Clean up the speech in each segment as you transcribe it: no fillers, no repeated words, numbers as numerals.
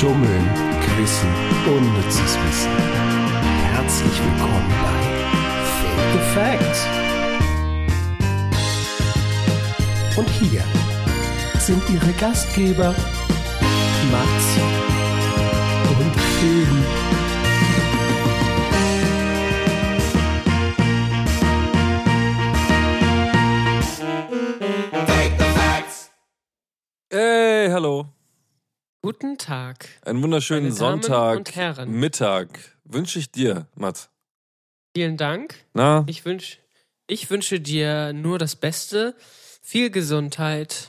Schummeln, Quissen, unnützes Wissen. Herzlich willkommen bei Fake the Facts. Und hier sind Ihre Gastgeber Mats und Finn. Hey, hallo. Guten Tag. Einen wunderschönen meine Damen Sonntag, und Herren. Mittag wünsche ich dir, Mats. Vielen Dank. Na? Ich wünsche dir nur das Beste, viel Gesundheit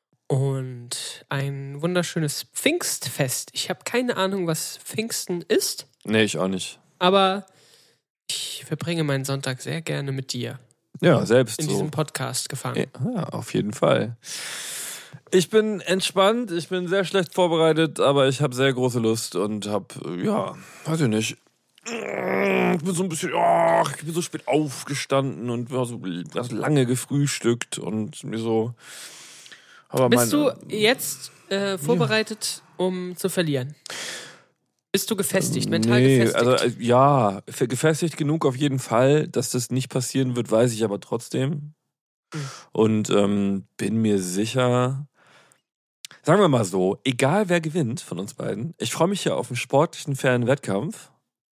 und ein wunderschönes Pfingstfest. Ich habe keine Ahnung, was Pfingsten ist, Nee, ich auch nicht. aber ich verbringe meinen Sonntag sehr gerne mit dir Ja, selbst in so. diesem Podcast gefangen. Ja, auf jeden Fall. Ich bin entspannt, ich bin sehr schlecht vorbereitet, aber ich habe sehr große Lust und habe, weiß ich nicht. Ich bin so ein bisschen, ich bin so spät aufgestanden und war so lange gefrühstückt und mir so. Aber Bist du jetzt vorbereitet, um zu verlieren? Bist du gefestigt, mental gefestigt? Also ja, gefestigt genug auf jeden Fall, dass das nicht passieren wird, weiß ich aber trotzdem. Und bin mir sicher, sagen wir mal so, egal wer gewinnt von uns beiden, ich freue mich ja auf einen sportlichen, fairen Wettkampf.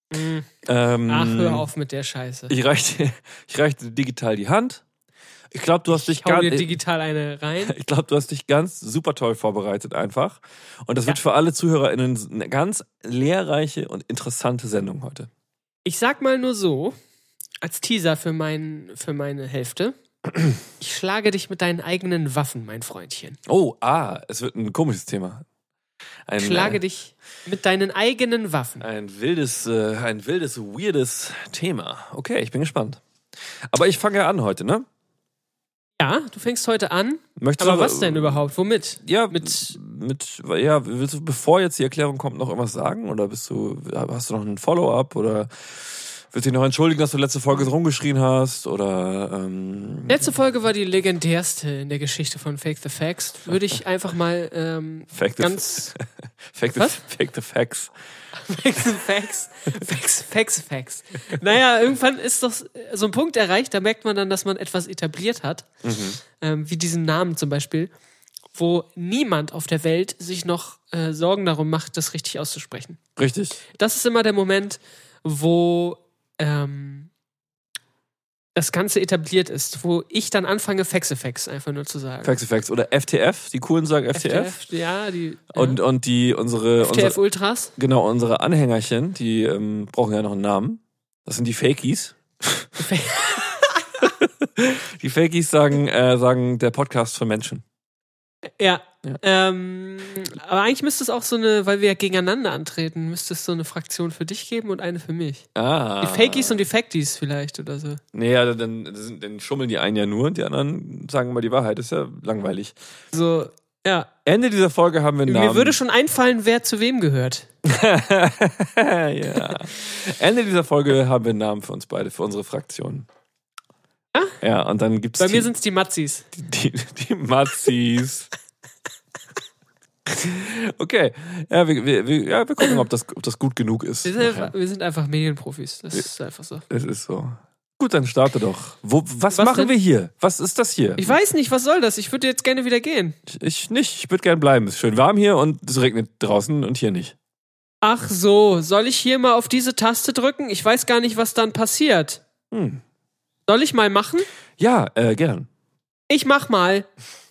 Ach, hör auf mit der Scheiße. Ich reich dir digital die Hand. Ich glaube, du hast dich hau dir digital eine rein. Ich glaube, du hast dich ganz super toll vorbereitet einfach. Und das wird für alle ZuhörerInnen eine ganz lehrreiche und interessante Sendung heute. Ich sag mal nur so, als Teaser für meine Hälfte, ich schlage dich mit deinen eigenen Waffen, mein Freundchen. Oh, es wird ein komisches Thema. Ich schlage dich mit deinen eigenen Waffen. Ein wildes, weirdes Thema. Okay, ich bin gespannt. Aber ich fange ja an heute, ne? Ja, du fängst heute an. Möchtest aber du, was denn überhaupt? Womit? Ja, willst du, bevor jetzt die Erklärung kommt, noch irgendwas sagen? Oder hast du noch ein Follow-up? Oder willst du dich noch entschuldigen, dass du letzte Folge so rumgeschrien hast? Oder, Letzte Folge war die legendärste in der Geschichte von Fake the Facts. Würde ich einfach mal Fake the Facts. Facts. Naja, irgendwann ist doch so ein Punkt erreicht, da merkt man dann, dass man etwas etabliert hat. Wie diesen Namen zum Beispiel, wo niemand auf der Welt sich noch Sorgen darum macht, das richtig auszusprechen. Richtig. Das ist immer der Moment, wo das Ganze etabliert ist, wo ich dann anfange, Faxefex einfach nur zu sagen. Faxefex oder FTF, die Coolen sagen FTF. Ja, Und unsere FTF Ultras. Genau, unsere Anhängerchen, die brauchen ja noch einen Namen. Das sind die Fakies. Die Fakies sagen der Podcast für Menschen. Ja. Aber eigentlich müsste es auch weil wir ja gegeneinander antreten, müsste es so eine Fraktion für dich geben und eine für mich. Die Fakies und die Facties vielleicht oder so. Nee, ja, dann schummeln die einen ja nur und die anderen sagen immer die Wahrheit. Das ist ja langweilig. So, ja. Ende dieser Folge haben wir einen Namen. Mir würde schon einfallen, wer zu wem gehört. Ja. Ende dieser Folge haben wir einen Namen für uns beide, für unsere Fraktion. Ja, und dann gibt's Bei mir sind es die Matzis. Die Matzis. Okay. Ja, wir gucken, ob das gut genug ist. Wir sind einfach Medienprofis. Das ist einfach so. Es ist so. Gut, dann starte doch. Was machen denn? wir hier? Was ist das hier? Ich weiß nicht, was soll das? Ich würde jetzt gerne wieder gehen. Ich nicht. Ich würde gerne bleiben. Es ist schön warm hier und es regnet draußen und hier nicht. Ach so, soll ich hier mal auf diese Taste drücken? Ich weiß gar nicht, was dann passiert. Soll ich mal machen? Ja, gern. Ich mach mal.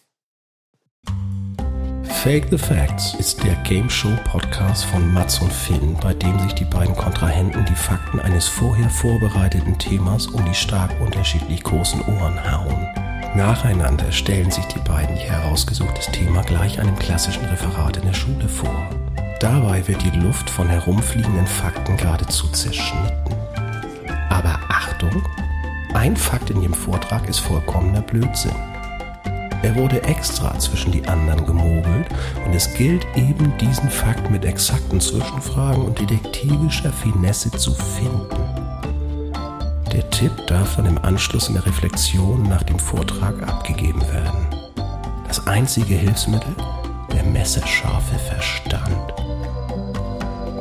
Fake the Facts ist der Game-Show-Podcast von Mats und Finn, bei dem sich die beiden Kontrahenten die Fakten eines vorher vorbereiteten Themas um die stark unterschiedlich großen Ohren hauen. Nacheinander stellen sich die beiden ihr herausgesuchtes Thema gleich einem klassischen Referat in der Schule vor. Dabei wird die Luft von herumfliegenden Fakten geradezu zerschnitten. Aber Achtung! Ein Fakt in jedem Vortrag ist vollkommener Blödsinn. Er wurde extra zwischen die anderen gemogelt und es gilt eben, diesen Fakt mit exakten Zwischenfragen und detektivischer Finesse zu finden. Der Tipp darf dann im Anschluss in der Reflexion nach dem Vortrag abgegeben werden. Das einzige Hilfsmittel? Der messerscharfe Verstand.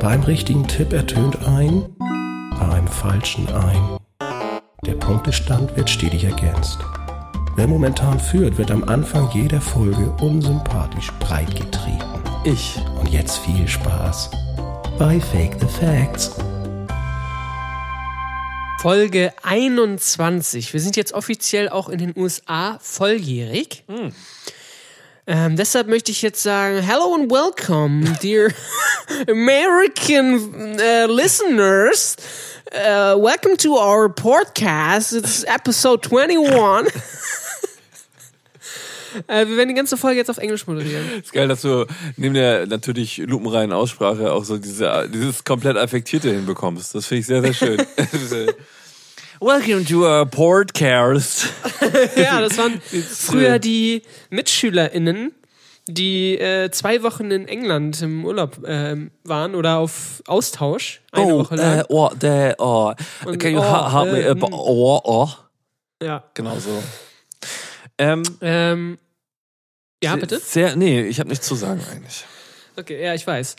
Beim richtigen Tipp ertönt ein, bei einem falschen ein. Der Punktestand wird stetig ergänzt. Wer momentan führt, wird am Anfang jeder Folge unsympathisch breitgetreten. Ich. Und jetzt viel Spaß bei Fake the Facts. Folge 21. Wir sind jetzt offiziell auch in den USA volljährig. Deshalb möchte ich jetzt sagen, hello and welcome, dear American listeners. Welcome to our podcast. It's episode 21. Wir werden die ganze Folge jetzt auf Englisch moderieren. Ist geil, dass du neben der natürlich lupenreinen Aussprache auch so dieses komplett Affektierte hinbekommst. Das finde ich sehr, sehr schön. Welcome to our podcast. Ja, das waren früher die MitschülerInnen, die 2 Wochen in England im Urlaub waren oder auf Austausch. Eine Woche lang. Can you help me? Ja. Genau so. Ja, bitte? Nee, ich habe nichts zu sagen eigentlich. Okay, ja, ich weiß.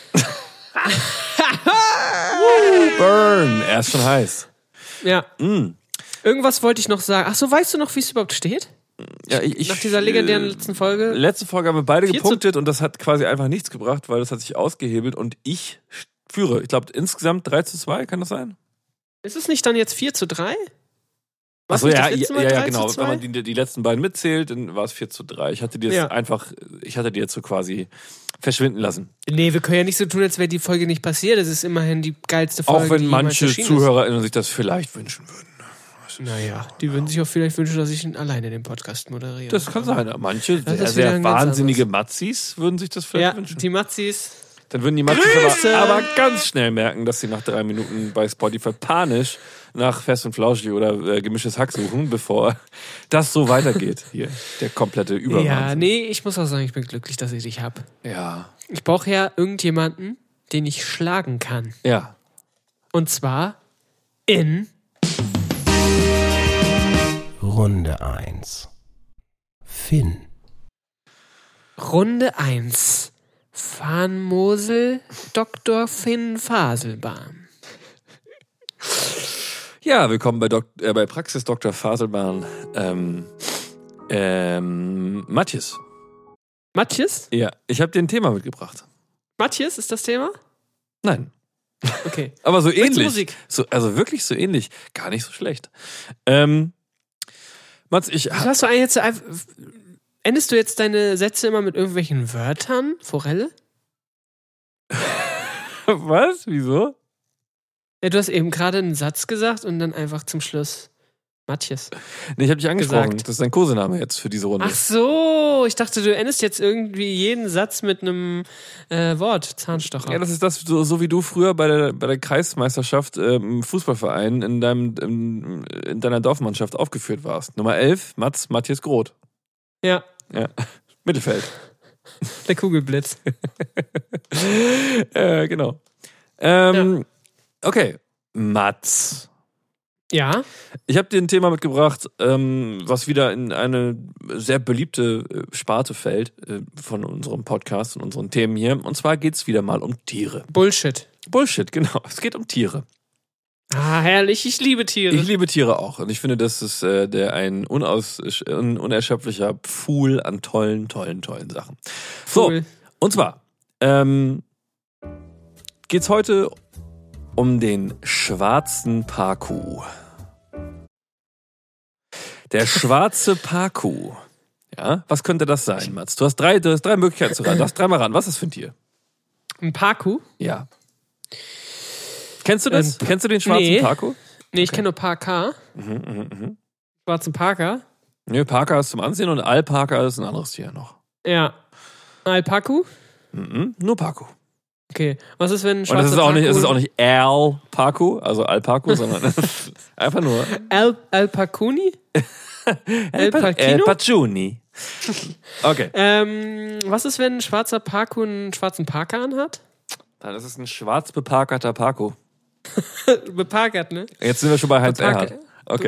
Burn, er ist schon heiß. Ja. Irgendwas wollte ich noch sagen. Ach so, weißt du noch, wie es überhaupt steht? Ja, Nach dieser legendären letzten Folge? Letzte Folge haben wir beide 4-3 gepunktet und das hat quasi einfach nichts gebracht, weil das hat sich ausgehebelt und ich führe. Ich glaube insgesamt 3-2, kann das sein? Ist es nicht dann jetzt 4-3? Achso, ja, genau. 3-2? Wenn man die letzten beiden mitzählt, dann war es 4-3. Ich hatte die jetzt so quasi verschwinden lassen. Nee, wir können ja nicht so tun, als wäre die Folge nicht passiert. Das ist immerhin die geilste Folge. Auch wenn manche ZuhörerInnen sich das vielleicht wünschen würden. Naja, die würden sich auch vielleicht wünschen, dass ich alleine den Podcast moderiere. Das kann sein. Manche ist sehr wieder ein wahnsinnige Matzis würden sich das vielleicht wünschen. Die Matzis. Dann würden die Matzis aber ganz schnell merken, dass sie nach 3 Minuten bei Spotify panisch nach Fest und Flauschig oder Gemischtes Hack suchen, bevor das so weitergeht. Hier, der komplette Überwahnsinn. Ja, nee, ich muss auch sagen, ich bin glücklich, dass ich dich hab. Ja. Ich brauche ja irgendjemanden, den ich schlagen kann. Ja. Und zwar in Runde 1. Finn. Runde 1. Farnmosel, Dr. Finn Faselbahn. Ja, willkommen bei Praxis Dr. Faselbahn. Matthias. Matthias? Ja, ich habe dir ein Thema mitgebracht. Matthias ist das Thema? Nein. Okay. Aber so ähnlich. Musik? Also wirklich so ähnlich. Gar nicht so schlecht. Mats, Hast du eigentlich jetzt endest du jetzt deine Sätze immer mit irgendwelchen Wörtern? Forelle? Was? Wieso? Ja, du hast eben gerade einen Satz gesagt und dann einfach zum Schluss Matthias. Nee, ich habe dich angesprochen. Gesagt. Das ist dein Kosename jetzt für diese Runde. Ach so, ich dachte, du endest jetzt irgendwie jeden Satz mit einem Wort. Zahnstocher. Ja, das ist das, so wie du früher bei der Kreismeisterschaft im Fußballverein in deiner Dorfmannschaft aufgeführt warst. Nummer 11, Matthias Groth. Ja. Mittelfeld. Der Kugelblitz. Genau. Okay, Mats. Ja. Ich habe dir ein Thema mitgebracht, was wieder in eine sehr beliebte Sparte fällt von unserem Podcast und unseren Themen hier. Und zwar geht es wieder mal um Tiere. Bullshit, Genau. Es geht um Tiere. Ah, herrlich. Ich liebe Tiere. Ich liebe Tiere auch. Und ich finde, das ist ein unerschöpflicher Pfuhl an tollen Sachen. So, und zwar geht's heute um den schwarzen Pacu. Der schwarze Pacu. Ja, was könnte das sein, Mats? Du hast drei Möglichkeiten zu raten. Du hast 3 Mal ran. Was ist das für ein Tier? Ein Pacu? Ja. Kennst du das? Kennst du den schwarzen Pacu? Nee, ich kenne nur Parka. Schwarzen Parker? Nö, Parka ist zum Ansehen und Alpaka ist ein anderes Tier noch. Ja. Alpacu? Nur Pacu. Okay. Was ist, wenn ein schwarzer Pacu... Und es ist auch nicht Alpacu, also Alpacu, sondern einfach nur... Alpacuni? El Pacciuni. Okay. Was ist, wenn ein schwarzer Pacu einen schwarzen Parker anhat? Das ist ein schwarz beparkerter Pacu. Beparkert, ne? Jetzt sind wir schon bei Heinz Erhardt. Okay.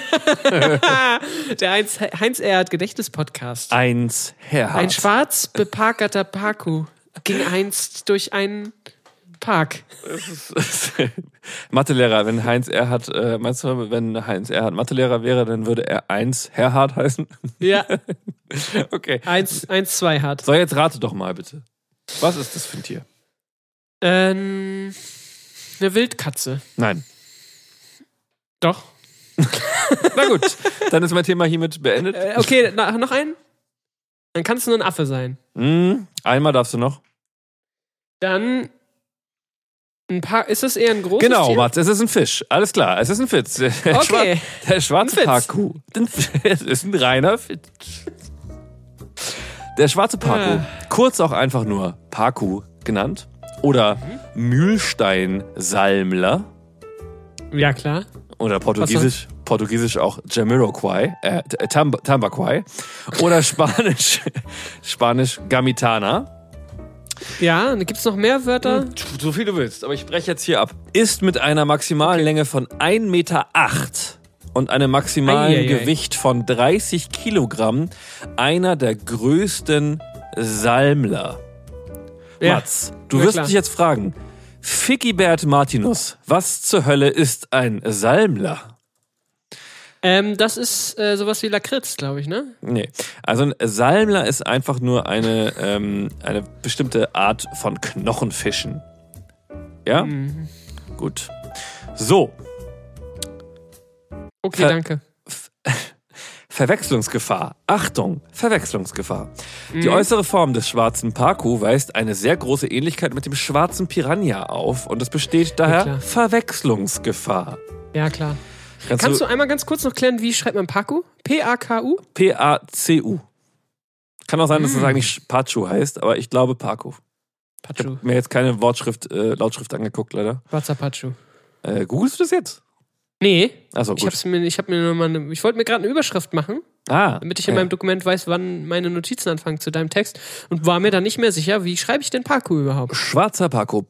Der Heinz Erhardt Gedächtnis-Podcast. Heinz Erhardt. Ein schwarz beparkerter Pacu ging einst durch ein Park. Mathelehrer, wenn Heinz Erhardt, meinst du, wenn Heinz Erhardt Mathelehrer wäre, dann würde er 1 Herhard heißen? Ja. Okay. 1-2 hart. So, jetzt rate doch mal bitte. Was ist das für ein Tier? Eine Wildkatze. Nein. Doch. Na gut, dann ist mein Thema hiermit beendet. Okay, noch einen? Dann kann es nur ein Affe sein. Einmal darfst du noch. Dann ein paar. Ist das eher ein großes Genau, Tier? Mats, es ist ein Fisch. Alles klar, es ist ein Fitz. Okay. Der schwarze Ein Fitz. Parkuh. Es ist ein reiner Fitz. Der schwarze Parkuh, kurz auch einfach nur Parkuh genannt, oder Mühlsteinsalmler, Ja, klar. oder Portugiesisch auch Jamiroquai, Tambaquai, oder Spanisch Gamitana. Ja, gibt es noch mehr Wörter? So viel du willst, aber ich breche jetzt hier ab. Ist mit einer maximalen Länge von 1,8 Meter und einem maximalen Gewicht von 30 Kilogramm einer der größten Salmler. Ja. Mats, du wirst dich jetzt fragen, Ficibert Martinus, was zur Hölle ist ein Salmler? Das ist sowas wie Lakritz, glaube ich, ne? Nee, also ein Salmler ist einfach nur eine bestimmte Art von Knochenfischen. Ja? Gut. So. Okay, danke. Verwechslungsgefahr. Achtung, Verwechslungsgefahr. Die äußere Form des schwarzen Parkuh weist eine sehr große Ähnlichkeit mit dem schwarzen Piranha auf und es besteht daher klar. Verwechslungsgefahr. Ja, klar. Kannst du einmal ganz kurz noch klären, wie schreibt man Parkuh? P-A-K-U? P-A-C-U. Kann auch sein, dass es eigentlich Pachu heißt, aber ich glaube Parkuh. Ich habe mir jetzt keine Lautschrift angeguckt, leider. Schwarzer Pachu. Googlest du das jetzt? Nee. Achso, gut. Ich wollte mir gerade eine Überschrift machen, damit ich in meinem Dokument weiß, wann meine Notizen anfangen zu deinem Text und war mir dann nicht mehr sicher, wie schreibe ich denn Parkuh überhaupt? Schwarzer Parkuh.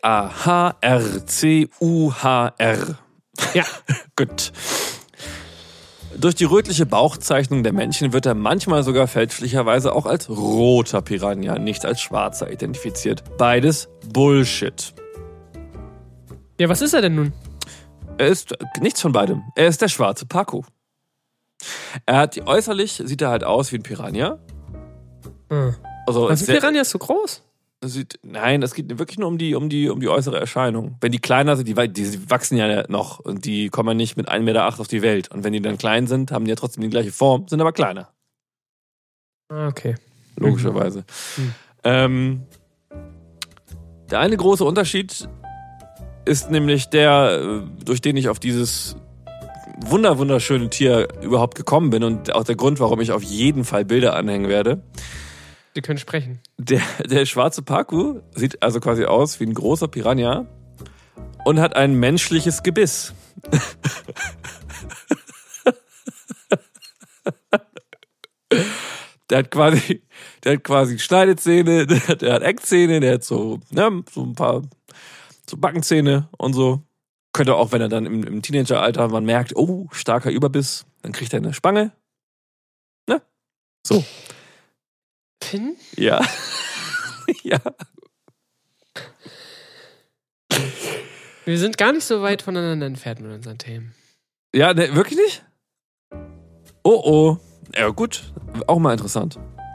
P-A-H-R-C-U-H-R. Ja. Gut. Durch die rötliche Bauchzeichnung der Männchen wird er manchmal sogar fälschlicherweise auch als roter Piranha, nicht als schwarzer identifiziert. Beides Bullshit. Ja, was ist er denn nun? Er ist nichts von beidem. Er ist der schwarze Parkuh. Äußerlich sieht er halt aus wie ein Piranha. Also Was ist Piranha so groß? Nein, es geht wirklich nur um die äußere Erscheinung. Wenn die kleiner sind, die wachsen ja noch und die kommen ja nicht mit 1,8 Meter auf die Welt. Und wenn die dann klein sind, haben die ja trotzdem die gleiche Form, sind aber kleiner. Okay. Logischerweise. Der eine große Unterschied ist nämlich der, durch den ich auf dieses wunderschöne Tier überhaupt gekommen bin und auch der Grund, warum ich auf jeden Fall Bilder anhängen werde. Sie können sprechen. Der schwarze Parkuh sieht also quasi aus wie ein großer Piranha und hat ein menschliches Gebiss. Der hat quasi Schneidezähne, der hat Eckzähne, der hat so ein paar so Backenzähne und so. Könnte auch, wenn er dann im Teenageralter man merkt, oh, starker Überbiss, dann kriegt er eine Spange. Ne? So. Finn? Ja. Ja. Wir sind gar nicht so weit voneinander entfernt mit unseren Themen. Ja, ne, wirklich nicht? Oh. Ja, gut. Auch mal interessant.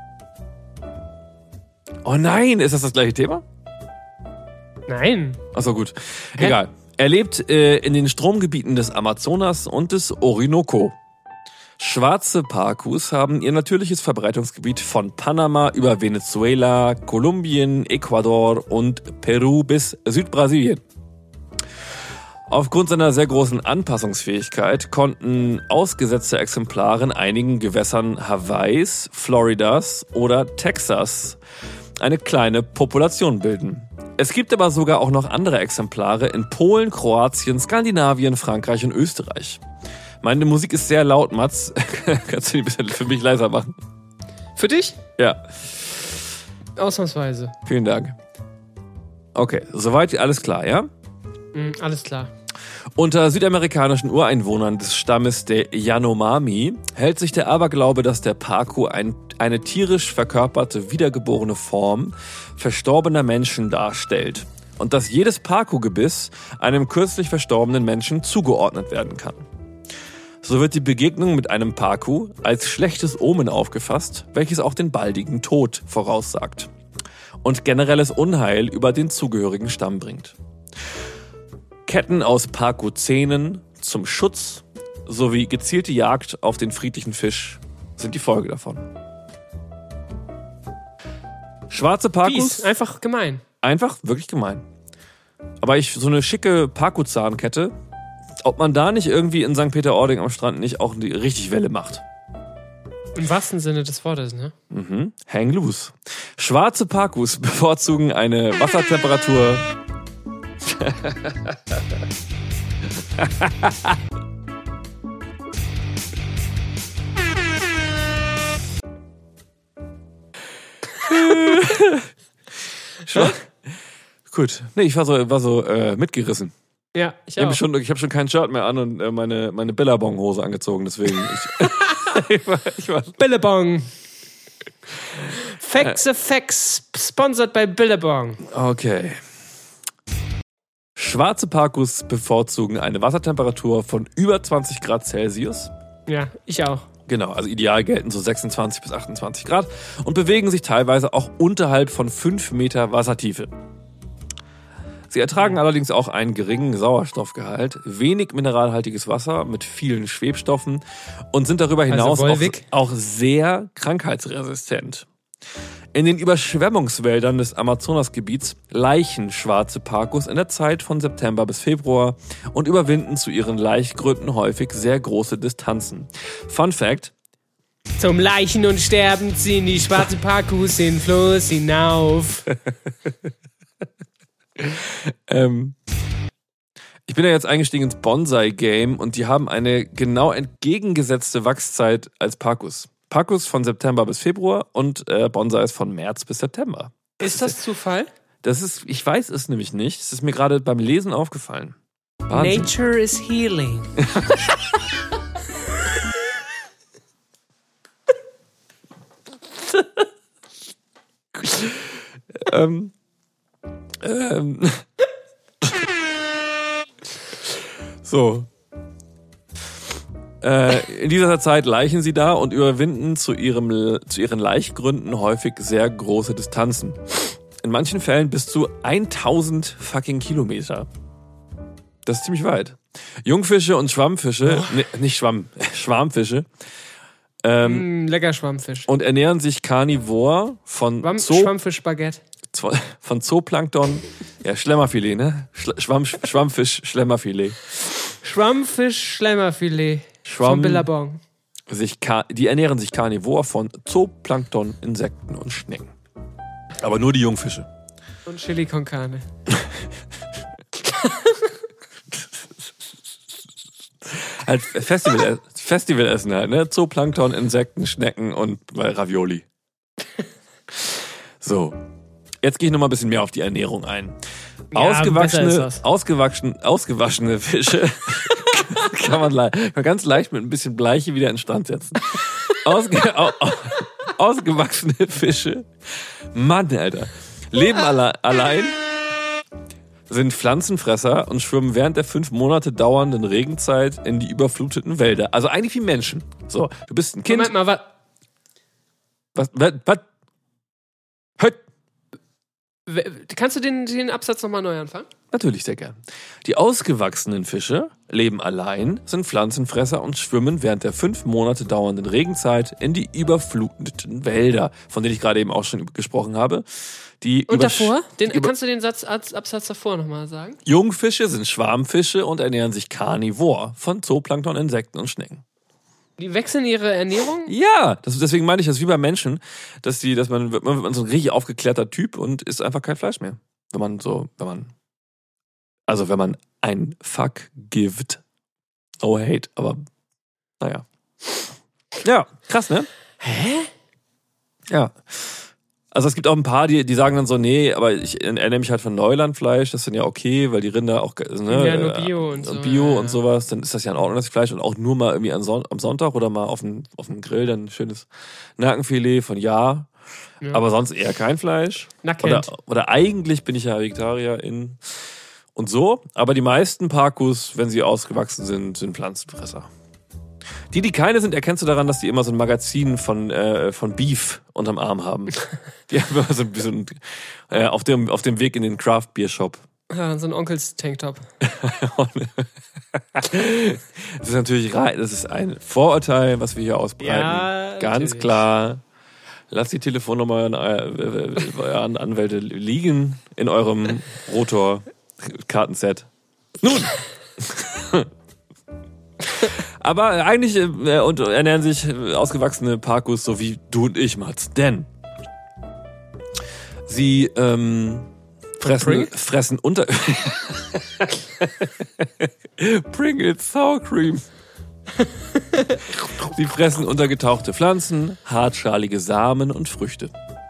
Oh nein, ist das gleiche Thema? Nein. Achso, gut. Egal. Er lebt in den Stromgebieten des Amazonas und des Orinoco. Schwarze Parkuhs haben ihr natürliches Verbreitungsgebiet von Panama über Venezuela, Kolumbien, Ecuador und Peru bis Südbrasilien. Aufgrund seiner sehr großen Anpassungsfähigkeit konnten ausgesetzte Exemplare in einigen Gewässern Hawaiis, Floridas oder Texas eine kleine Population bilden. Es gibt aber sogar auch noch andere Exemplare in Polen, Kroatien, Skandinavien, Frankreich und Österreich. Meine Musik ist sehr laut, Mats. Kannst du die ein bisschen für mich leiser machen? Für dich? Ja. Ausnahmsweise. Vielen Dank. Okay, soweit alles klar, ja? Alles klar. Unter südamerikanischen Ureinwohnern des Stammes der Yanomami hält sich der Aberglaube, dass der Parkuh eine tierisch verkörperte, wiedergeborene Form verstorbener Menschen darstellt. und dass jedes Pacu-Gebiss einem kürzlich verstorbenen Menschen zugeordnet werden kann. So wird die Begegnung mit einem Pacu als schlechtes Omen aufgefasst, welches auch den baldigen Tod voraussagt und generelles Unheil über den zugehörigen Stamm bringt. Ketten aus Pacu-Zähnen zum Schutz sowie gezielte Jagd auf den friedlichen Fisch sind die Folge davon. Schwarze Pacus. Fies, einfach gemein. Einfach wirklich gemein. Aber so eine schicke Pacu-Zahnkette, ob man da nicht irgendwie in St. Peter-Ording am Strand nicht auch die richtig Welle macht. Im wahrsten Sinne des Wortes, ne? Mhm. Hang loose. Schwarze Pacus bevorzugen eine Wassertemperatur. Gut. Nee, ich war so mitgerissen. Ja, ich habe schon kein Shirt mehr an und meine Billabong-Hose angezogen, deswegen ich war Billabong. Facts, sponsored by Billabong. Okay. Schwarze Pacus bevorzugen eine Wassertemperatur von über 20 Grad Celsius. Ja, ich auch. Genau, also ideal gelten so 26 bis 28 Grad und bewegen sich teilweise auch unterhalb von 5 Meter Wassertiefe. Sie ertragen allerdings auch einen geringen Sauerstoffgehalt, wenig mineralhaltiges Wasser mit vielen Schwebstoffen und sind darüber hinaus auch sehr krankheitsresistent. In den Überschwemmungswäldern des Amazonasgebiets laichen schwarze Pacus in der Zeit von September bis Februar und überwinden zu ihren Laichgründen häufig sehr große Distanzen. Fun Fact: Zum Leichen und Sterben ziehen die schwarzen Pacus den Fluss hinauf. Ich bin ja jetzt eingestiegen ins Bonsai-Game und die haben eine genau entgegengesetzte Wachszeit als Pacus. Pacus von September bis Februar und Bonsai ist von März bis September. Ist das Zufall? Ich weiß es nämlich nicht. Es ist mir gerade beim Lesen aufgefallen. Wahnsinn. Nature is healing. So. In dieser Zeit laichen sie da und überwinden zu ihren Laichgründen häufig sehr große Distanzen. In manchen Fällen bis zu 1000 fucking Kilometer. Das ist ziemlich weit. Jungfische und Schwammfische, Schwarmfische. Lecker Schwammfisch. Und ernähren sich karnivor von Schwammfisch-Baguette. Von Zooplankton. Ja, Schlemmerfilet, ne? Schwammfisch, Schlemmerfilet. Schwammfisch-Schlemmerfilet. Von Billabong. Die ernähren sich karnivor von Zooplankton, Insekten und Schnecken. Aber nur die Jungfische. Und Chili con Carne. Halt Festivalessen halt, ne? Zooplankton, Insekten, Schnecken und Ravioli. So. Jetzt gehe ich nochmal ein bisschen mehr auf die Ernährung ein. Ja, Ausgewaschene Fische kann man ganz leicht mit ein bisschen Bleiche wieder in Stand setzen. Ausgewachsene Fische, Mann, Alter, leben allein, sind Pflanzenfresser und schwimmen während der 5 Monate dauernden Regenzeit in die überfluteten Wälder. Also eigentlich wie Menschen. So, du bist ein Kind. Moment mal, Was? Kannst du den Absatz nochmal neu anfangen? Natürlich, sehr gern. Die ausgewachsenen Fische leben allein, sind Pflanzenfresser und schwimmen während der 5 Monate dauernden Regenzeit in die überfluteten Wälder, von denen ich gerade eben auch schon gesprochen habe. Und davor? Kannst du den Absatz davor nochmal sagen? Jungfische sind Schwarmfische und ernähren sich karnivor von Zooplankton, Insekten und Schnecken. Die wechseln ihre Ernährung? Ja, deswegen meine ich das wie bei Menschen, dass man wird so ein richtig aufgeklärter Typ und isst einfach kein Fleisch mehr. Wenn man ein Fuck gibt. Oh, hate, aber naja. Ja, krass, ne? Hä? Ja. Also es gibt auch ein paar, die sagen dann so, nee, aber ich ernähre mich halt von Neulandfleisch, das ist dann ja okay, weil die Rinder auch, ne, Ja, nur Bio und so. Bio und sowas, dann ist das ja in Ordnung, das Fleisch und auch nur mal irgendwie am Sonntag oder mal auf dem Grill dann ein schönes Nackenfilet von ja. Aber sonst eher kein Fleisch. Oder eigentlich bin ich ja Vegetarier und so, aber die meisten Parkus, wenn sie ausgewachsen sind Pflanzenfresser. Die keine sind, erkennst du daran, dass die immer so ein Magazin von Beef unterm Arm haben. Die haben immer so ein bisschen auf dem Weg in den Craft Beer Shop. Ja, so ein Onkels-Tanktop. Das ist natürlich das ist ein Vorurteil, was wir hier ausbreiten. Ja, ganz natürlich. Klar. Lasst die Telefonnummer euren Anwälte liegen in eurem Rotor-Kartenset. Nun! Aber eigentlich ernähren sich ausgewachsene Parkus so wie du und ich, Mats. Denn sie fressen unter... Pringles Sour Cream. Sie fressen untergetauchte Pflanzen, hartschalige Samen und Früchte.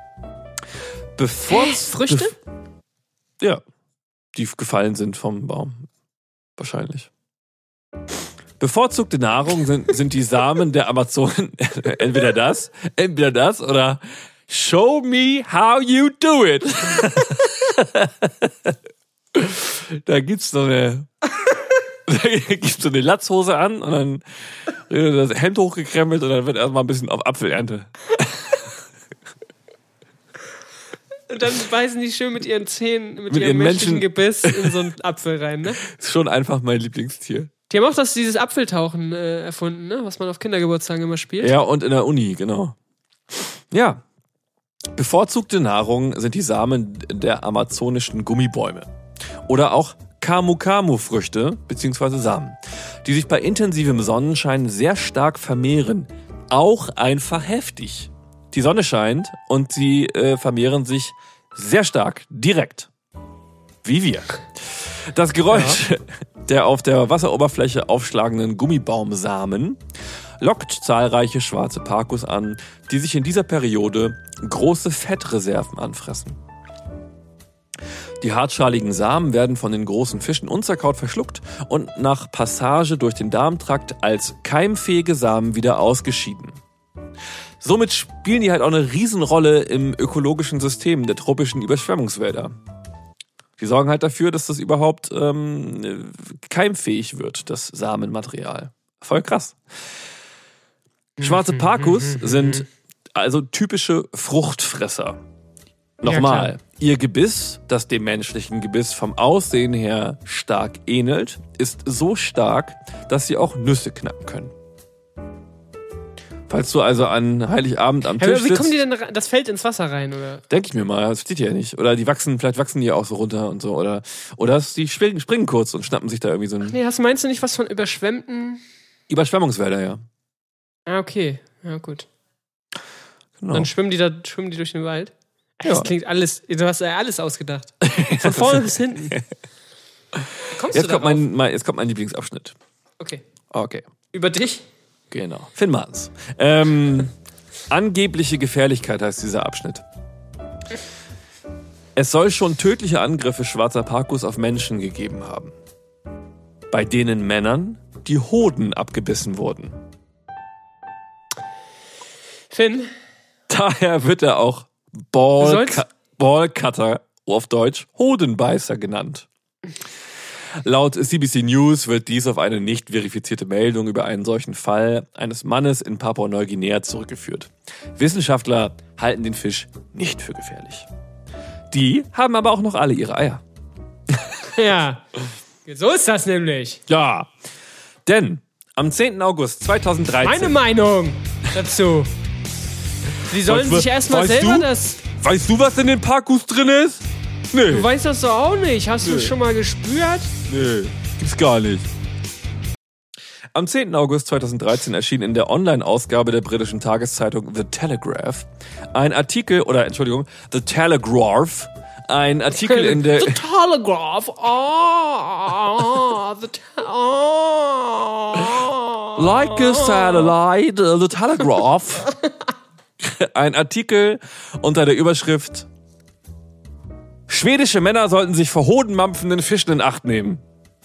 Früchte? Ja, die gefallen sind vom Baum. Wahrscheinlich. Bevorzugte Nahrung sind die Samen der Amazonen. Entweder das oder show me how you do it. Da gibt's so eine Latzhose an und dann wird das Hemd hochgekrempelt und dann wird erstmal ein bisschen auf Apfelernte. Und dann beißen die schön mit ihren Zähnen, mit ihrem menschlichen Gebiss in so einen Apfel rein, ne? Ist schon einfach mein Lieblingstier. Die haben auch dieses Apfeltauchen erfunden, ne? Was man auf Kindergeburtstagen immer spielt. Ja, und in der Uni, genau. Ja. Bevorzugte Nahrung sind die Samen der amazonischen Gummibäume. Oder auch Camu-Camu-Früchte bzw. Samen, die sich bei intensivem Sonnenschein sehr stark vermehren. Auch einfach heftig. Die Sonne scheint und sie vermehren sich sehr stark, direkt. Wie wir. Das Geräusch der auf der Wasseroberfläche aufschlagenden Gummibaumsamen lockt zahlreiche schwarze Parkus an, die sich in dieser Periode große Fettreserven anfressen. Die hartschaligen Samen werden von den großen Fischen unzerkaut verschluckt und nach Passage durch den Darmtrakt als keimfähige Samen wieder ausgeschieden. Somit spielen die halt auch eine Riesenrolle im ökologischen System der tropischen Überschwemmungswälder. Die sorgen halt dafür, dass das überhaupt keimfähig wird, das Samenmaterial. Voll krass. Schwarze Parkus sind also typische Fruchtfresser. Nochmal, ihr Gebiss, das dem menschlichen Gebiss vom Aussehen her stark ähnelt, ist so stark, dass sie auch Nüsse knacken können. Falls du also an Heiligabend am Tisch sitzt... Wie kommen die denn das fällt ins Wasser rein, oder? Denke ich mir mal, das steht ja nicht. Oder vielleicht wachsen die auch so runter und so. Oder die springen kurz und schnappen sich da irgendwie so ein... Nee, meinst du nicht was von überschwemmten... Überschwemmungswälder, ja. Ah, okay. Ja, gut. Genau. Dann schwimmen die durch den Wald. Ja. Das klingt alles... Du hast ja alles ausgedacht. Von vorne bis hinten. Jetzt kommt mein Lieblingsabschnitt. Okay. Über dich? Genau. Finn Martens. Angebliche Gefährlichkeit heißt dieser Abschnitt. Es soll schon tödliche Angriffe schwarzer Parkus auf Menschen gegeben haben. Bei denen Männern die Hoden abgebissen wurden. Finn? Daher wird er auch Ballcutter, auf Deutsch Hodenbeißer genannt. Laut CBC News wird dies auf eine nicht verifizierte Meldung über einen solchen Fall eines Mannes in Papua-Neuguinea zurückgeführt. Wissenschaftler halten den Fisch nicht für gefährlich. Die haben aber auch noch alle ihre Eier. Ja, so ist das nämlich. Ja, denn am 10. August 2013... Meine Meinung dazu. Sie sollen sich erstmal selber das... Weißt du, was in den Parkus drin ist? Nee. Du weißt das doch auch nicht. Hast du es schon mal gespürt? Nee, gibt's gar nicht. Am 10. August 2013 erschien in der Online-Ausgabe der britischen Tageszeitung The Telegraph ein Artikel in der... The Telegraph. Like a satellite, The Telegraph. ein Artikel unter der Überschrift Schwedische Männer sollten sich vor hodenmampfenden Fischen in Acht nehmen.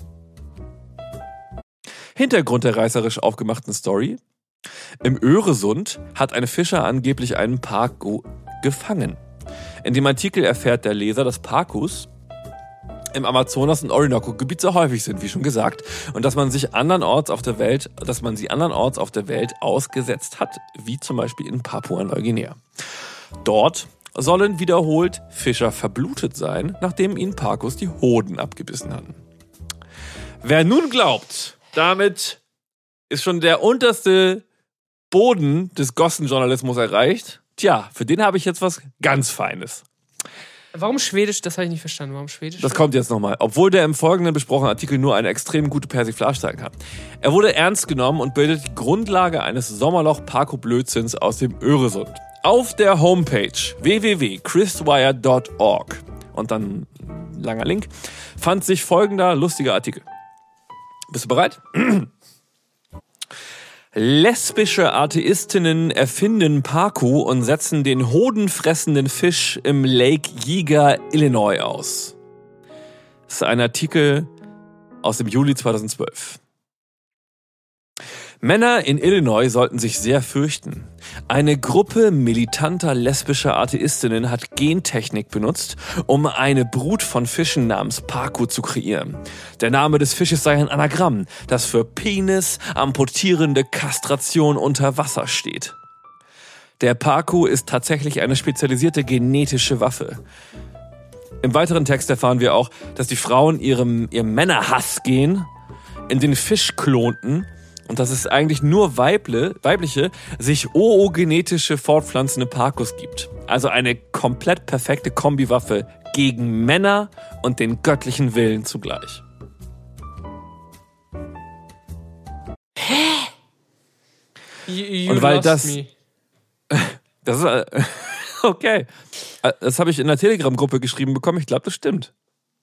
Hintergrund der reißerisch aufgemachten Story. Im Öresund hat ein Fischer angeblich einen Pacu gefangen. In dem Artikel erfährt der Leser, dass Pacus im Amazonas- und Orinoco-Gebiet sehr häufig sind, wie schon gesagt, und dass man sie andernorts auf der Welt ausgesetzt hat, wie zum Beispiel in Papua-Neuguinea. Dort sollen wiederholt Fischer verblutet sein, nachdem ihnen Pacus die Hoden abgebissen hatten. Wer nun glaubt, damit ist schon der unterste Boden des Gossenjournalismus erreicht, tja, für den habe ich jetzt was ganz Feines. Warum Schwedisch? Das habe ich nicht verstanden. Warum Schwedisch? Das kommt jetzt nochmal. Obwohl der im folgenden besprochenen Artikel nur eine extrem gute Persiflage sein kann. Er wurde ernst genommen und bildet die Grundlage eines Sommerloch-Paco-Blödsinns aus dem Öresund. Auf der Homepage www.chriswire.org und dann ein langer Link, fand sich folgender lustiger Artikel. Bist du bereit? Lesbische Atheistinnen erfinden Pacu und setzen den hodenfressenden Fisch im Lake Yeager, Illinois aus. Das ist ein Artikel aus dem Juli 2012. Männer in Illinois sollten sich sehr fürchten. Eine Gruppe militanter lesbischer Atheistinnen hat Gentechnik benutzt, um eine Brut von Fischen namens Pacu zu kreieren. Der Name des Fisches sei ein Anagramm, das für Penis amputierende Kastration unter Wasser steht. Der Pacu ist tatsächlich eine spezialisierte genetische Waffe. Im weiteren Text erfahren wir auch, dass die Frauen ihrem Männerhass gehen, in den Fisch klonten, und dass es eigentlich nur weibliche, sich oogenetische fortpflanzende Pacus gibt. Also eine komplett perfekte Kombiwaffe gegen Männer und den göttlichen Willen zugleich. You und weil lost das, me. das ist okay. Das habe ich in der Telegram-Gruppe geschrieben bekommen. Ich glaube, das stimmt.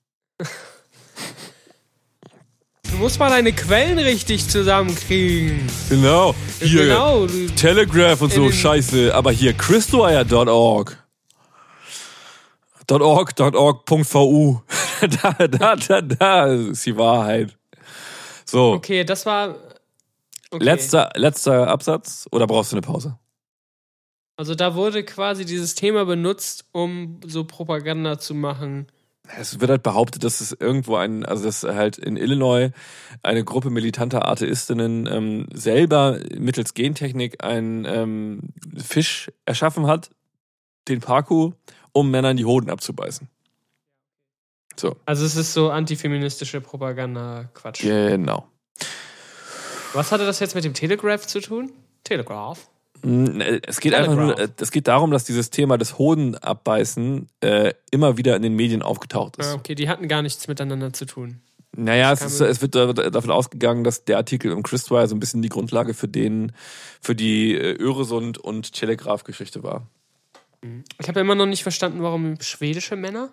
Du musst mal deine Quellen richtig zusammenkriegen. Genau. Hier, Genau. Telegraph und so, scheiße. Aber hier, chriswire.org. .org.vu. Da ist die Wahrheit. So. Okay, das war... Okay. Letzter Absatz. Oder brauchst du eine Pause? Also da wurde quasi dieses Thema benutzt, um so Propaganda zu machen. Es wird halt behauptet, dass es irgendwo dass halt in Illinois eine Gruppe militanter Atheistinnen selber mittels Gentechnik einen Fisch erschaffen hat, den Pacu, um Männern die Hoden abzubeißen. So. Also es ist so antifeministische Propaganda-Quatsch. Genau. Was hatte das jetzt mit dem Telegraph zu tun? Telegraph? Es geht einfach nur, es geht darum, dass dieses Thema des Hodenabbeißen immer wieder in den Medien aufgetaucht ist. Ah, okay, die hatten gar nichts miteinander zu tun. Naja, es wird davon ausgegangen, dass der Artikel im Chriswire so ein bisschen die Grundlage für die Öresund- und Telegraph-Geschichte war. Ich habe immer noch nicht verstanden, warum schwedische Männer?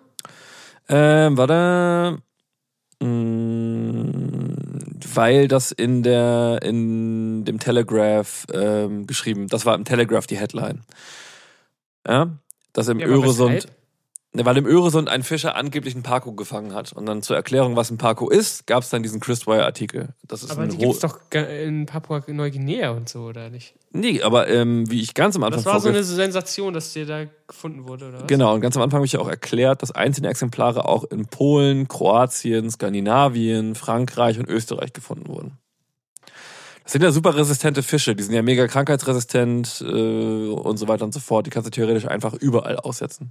Weil das in dem Telegraph geschrieben, das war im Telegraph die Headline. Ja, dass im Öresund, weil im Öresund ein Fischer angeblich einen Pacu gefangen hat. Und dann zur Erklärung, was ein Pacu ist, gab es dann diesen Chriswire-Artikel. Aber die gibt's doch in Papua-Neuguinea und so, oder nicht? Nee, aber wie ich ganz am Anfang... Das war so eine Sensation, dass der da gefunden wurde, oder was? Genau, und ganz am Anfang habe ich ja auch erklärt, dass einzelne Exemplare auch in Polen, Kroatien, Skandinavien, Frankreich und Österreich gefunden wurden. Das sind ja super resistente Fische, die sind ja mega krankheitsresistent und so weiter und so fort. Die kannst du theoretisch einfach überall aussetzen.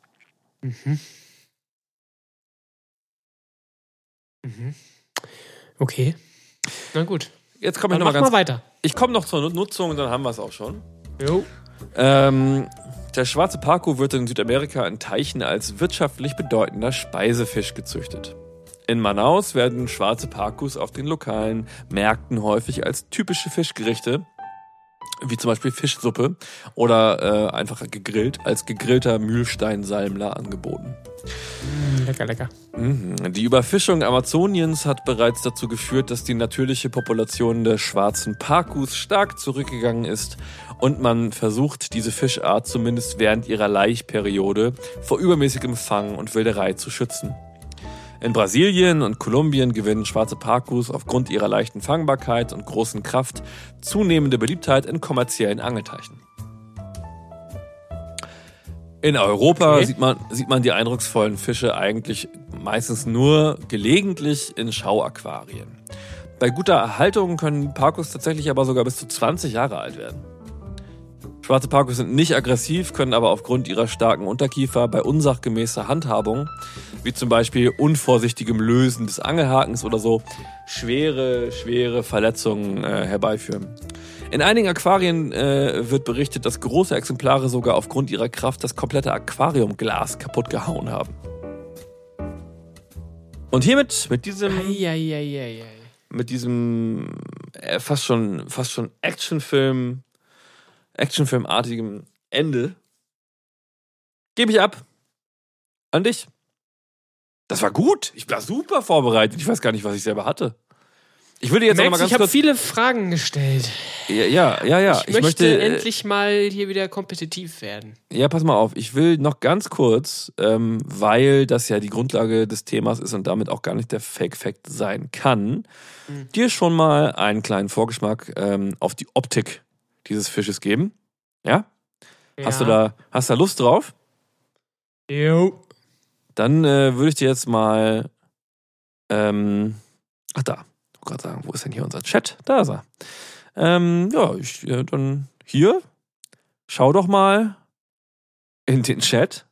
Okay. Na gut. Jetzt komme ich Dann mach mal weiter. Ich komme noch zur Nutzung und dann haben wir es auch schon. Jo. Der schwarze Pacu wird in Südamerika in Teichen als wirtschaftlich bedeutender Speisefisch gezüchtet. In Manaus werden schwarze Pacus auf den lokalen Märkten häufig als typische Fischgerichte wie zum Beispiel Fischsuppe oder einfach gegrillt, als gegrillter Mühlsteinsalmler angeboten. Lecker, lecker. Die Überfischung Amazoniens hat bereits dazu geführt, dass die natürliche Population der schwarzen Parkus stark zurückgegangen ist und man versucht, diese Fischart zumindest während ihrer Laichperiode vor übermäßigem Fang und Wilderei zu schützen. In Brasilien und Kolumbien gewinnen schwarze Parkus aufgrund ihrer leichten Fangbarkeit und großen Kraft zunehmende Beliebtheit in kommerziellen Angelteichen. In Europa sieht man die eindrucksvollen Fische eigentlich meistens nur gelegentlich in Schauaquarien. Bei guter Erhaltung können Parkus tatsächlich aber sogar bis zu 20 Jahre alt werden. Schwarze Parkus sind nicht aggressiv, können aber aufgrund ihrer starken Unterkiefer bei unsachgemäßer Handhabung, wie zum Beispiel unvorsichtigem Lösen des Angelhakens oder so, schwere Verletzungen herbeiführen. In einigen Aquarien wird berichtet, dass große Exemplare sogar aufgrund ihrer Kraft das komplette Aquariumglas kaputt gehauen haben. Und hiermit, mit diesem fast schon Actionfilmartigem Ende, gebe ich ab an dich. Das war gut. Ich war super vorbereitet. Ich weiß gar nicht, was ich selber hatte. Ich würde jetzt noch mal ganz ich habe kurz... viele Fragen gestellt. Ja. Ich möchte endlich mal hier wieder kompetitiv werden. Ja, pass mal auf. Ich will noch ganz kurz, weil das ja die Grundlage des Themas ist und damit auch gar nicht der Fake-Fact sein kann, dir schon mal einen kleinen Vorgeschmack auf die Optik dieses Fisches geben. Ja? Hast du da Lust drauf? Jo. Dann würde ich dir jetzt mal... dann gerade sagen, wo ist denn hier unser Chat? Da ist er. Dann hier, schau doch mal in den Chat.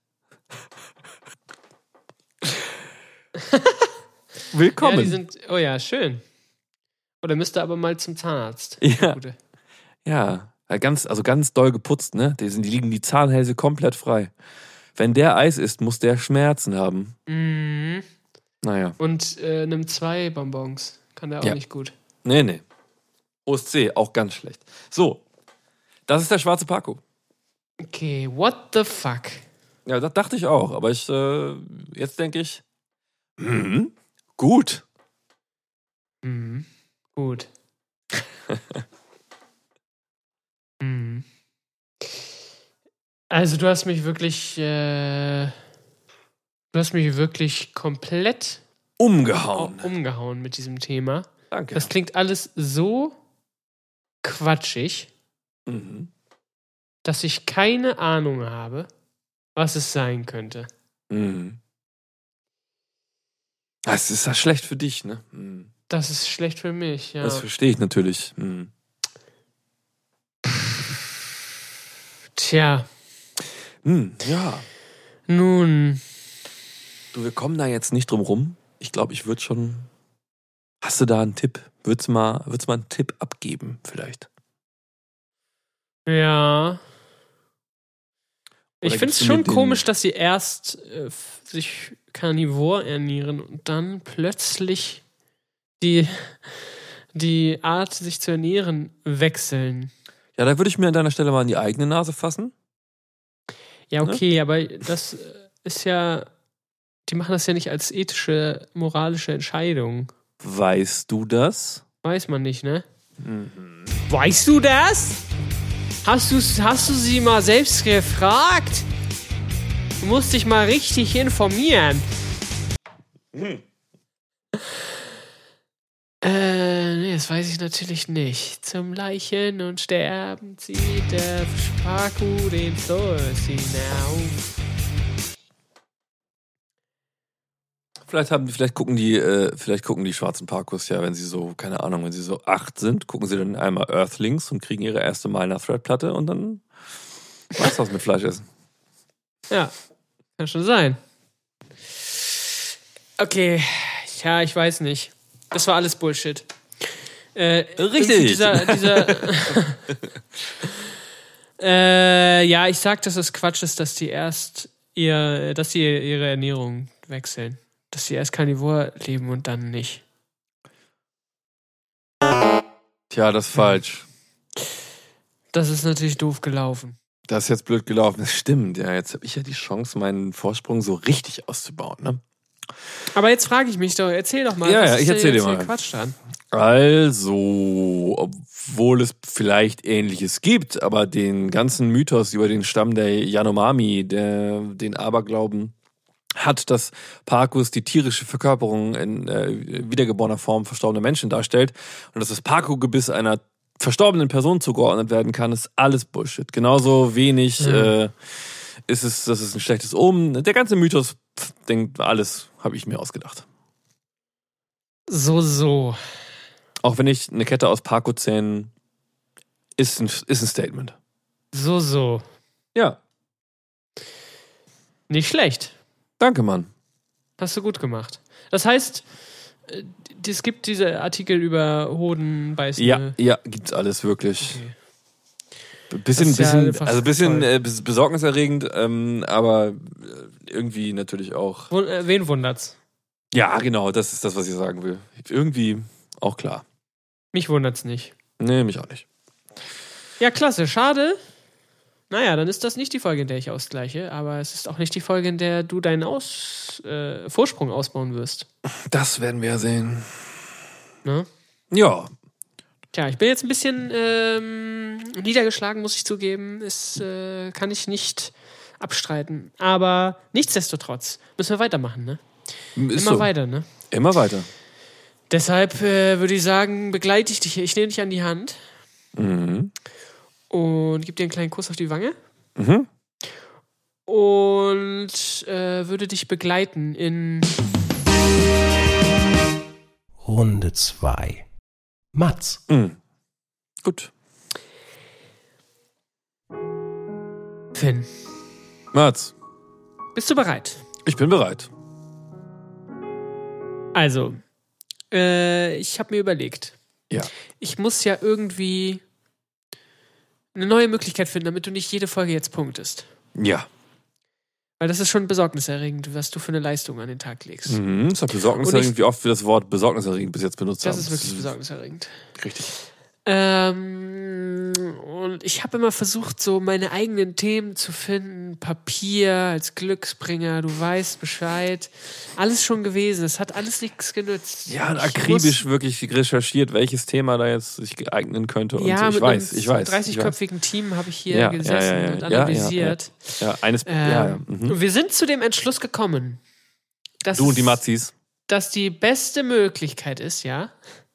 Willkommen. Schön. Oder müsste aber mal zum Zahnarzt. Ja, ganz doll geputzt, ne? Die liegen die Zahnhälse komplett frei. Wenn der Eis isst, muss der Schmerzen haben. Mhm. Naja. Und nimm 2 Bonbons. Kann der auch nicht gut. Nee. OSC, auch ganz schlecht. So, das ist der schwarze Paco. Okay, what the fuck? Ja, das dachte ich auch, aber jetzt denke ich, gut. Gut. Also du hast mich wirklich komplett umgehauen mit diesem Thema. Danke. Das klingt alles so quatschig, dass ich keine Ahnung habe, was es sein könnte. Das ist ja schlecht für dich, ne? Das ist schlecht für mich, ja. Das verstehe ich natürlich. Tja. Ja. Nun. Du, wir kommen da jetzt nicht drum rum. Ich glaube, ich würde schon... Hast du da einen Tipp? Würdest du mal einen Tipp abgeben, vielleicht? Ja. Oder ich finde es schon komisch, dass sie erst sich karnivor ernähren und dann plötzlich die Art, sich zu ernähren, wechseln. Ja, da würde ich mir an deiner Stelle mal in die eigene Nase fassen. Ja, okay, ne? Aber das ist ja... Die machen das ja nicht als ethische, moralische Entscheidung. Weißt du das? Weiß man nicht, ne? Weißt du das? Hast du sie mal selbst gefragt? Du musst dich mal richtig informieren. Nee, das weiß ich natürlich nicht. Zum Leichen und Sterben zieht der Spaku den Fluss hinauf. Vielleicht gucken die schwarzen Parkus ja, wenn sie so, keine Ahnung, wenn sie so 8 sind, gucken sie dann einmal Earthlings und kriegen ihre erste Miner-Thread-Platte und dann war's das mit Fleischessen. Ja, kann schon sein. Okay, ja, ich weiß nicht. Das war alles Bullshit. Richtig. Ja, ich sag, dass es Quatsch ist, dass die ihre Ernährung wechseln. Dass sie erst Karnivor leben und dann nicht. Tja, das ist falsch. Das ist natürlich doof gelaufen. Das ist jetzt blöd gelaufen. Das stimmt, ja. Jetzt habe ich ja die Chance, meinen Vorsprung so richtig auszubauen, ne? Aber jetzt frage ich mich doch, erzähl doch mal. Ja, was ich ist erzähl denn dir jetzt mal. hier Quatsch dran? Also, obwohl es vielleicht Ähnliches gibt, aber den ganzen Mythos über den Stamm der Yanomami, der den Aberglauben hat, dass Parkus die tierische Verkörperung in wiedergeborener Form verstorbener Menschen darstellt und dass das Parku-Gebiss einer verstorbenen Person zugeordnet werden kann, ist alles Bullshit. Genauso wenig ist es, das ist ein schlechtes Omen. Der ganze Mythos denkt, alles habe ich mir ausgedacht. So. Auch wenn ich eine Kette aus Parko-Zähnen ist ein Statement. So. Ja, Nicht schlecht. danke, Mann. Hast du gut gemacht. Das heißt, es gibt diese Artikel über Hodenbeißende. Ja, gibt's alles wirklich. Okay. Bisschen toll. besorgniserregend, aber irgendwie natürlich auch. Wen wundert's? Ja, genau, das ist das, was ich sagen will. Irgendwie auch klar. Mich wundert's nicht. Nee, mich auch nicht. Ja, klasse. Schade. Naja, dann ist das nicht die Folge, in der ich ausgleiche, aber es ist auch nicht die Folge, in der du deinen Vorsprung ausbauen wirst. Das werden wir sehen. Ne? Ja. Tja, ich bin jetzt ein bisschen niedergeschlagen, muss ich zugeben. Das kann ich nicht abstreiten. Aber nichtsdestotrotz müssen wir weitermachen, ne? Ist Immer so. weiter, ne? Immer weiter. Deshalb würde ich sagen, begleite ich dich hier. Ich nehme dich an die Hand Mhm. und gebe dir einen kleinen Kuss auf die Wange Mhm. und würde dich begleiten in Runde 2. Mats. Mhm. Gut. Finn. Mats, Bist du bereit? ich bin bereit. Also, ich habe mir überlegt. Ja. Ich muss ja irgendwie eine neue Möglichkeit finden, damit du nicht jede Folge jetzt punktest. Ja. Weil das ist schon besorgniserregend, was du für eine Leistung an den Tag legst. Mhm. Ist auch besorgniserregend, wie oft wir das Wort besorgniserregend bis jetzt benutzt Das haben. ist wirklich besorgniserregend. Richtig. Und ich habe immer versucht, so meine eigenen Themen zu finden. Papier als Glücksbringer, du weißt Bescheid. Alles schon gewesen. Es hat alles nichts genützt. Ja, und Ich akribisch wirklich recherchiert, welches Thema da jetzt sich eignen könnte. Und Ja, so. mit Ich weiß. einem 30-köpfigen Team habe ich hier Ja, gesessen und analysiert. Ja, eines. Mhm. Und wir sind zu dem Entschluss gekommen, dass, Du und die Mazis. dass die beste Möglichkeit ist, ja,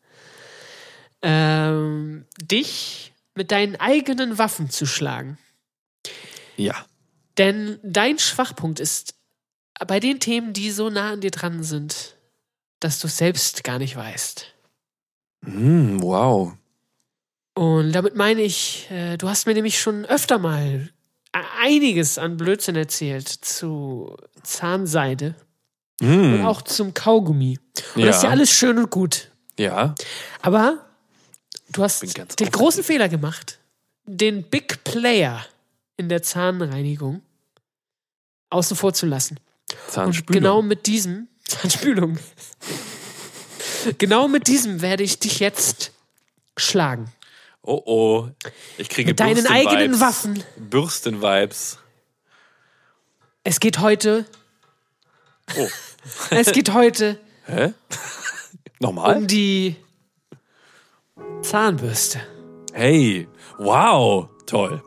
dich mit deinen eigenen Waffen zu schlagen. Ja. Denn dein Schwachpunkt ist bei den Themen, die so nah an dir dran sind, dass du es selbst gar nicht weißt. Wow. Und damit meine ich, du hast mir nämlich schon öfter mal einiges an Blödsinn erzählt zu Zahnseide und auch zum Kaugummi. Und das ist ja alles schön und gut. Ja. Aber du hast Bin ganz den großen Fehler gemacht, den Big Player in der Zahnreinigung außen vor zu lassen. Zahnspülung. Und genau mit diesem, Zahnspülung, genau mit diesem werde ich dich jetzt schlagen. Oh. Ich kriege Mit deinen eigenen Waffen. Bürstenvibes. Es geht heute. Oh. Es geht heute Hä? Nochmal? um die Zahnbürste. Hey. Wow. Toll.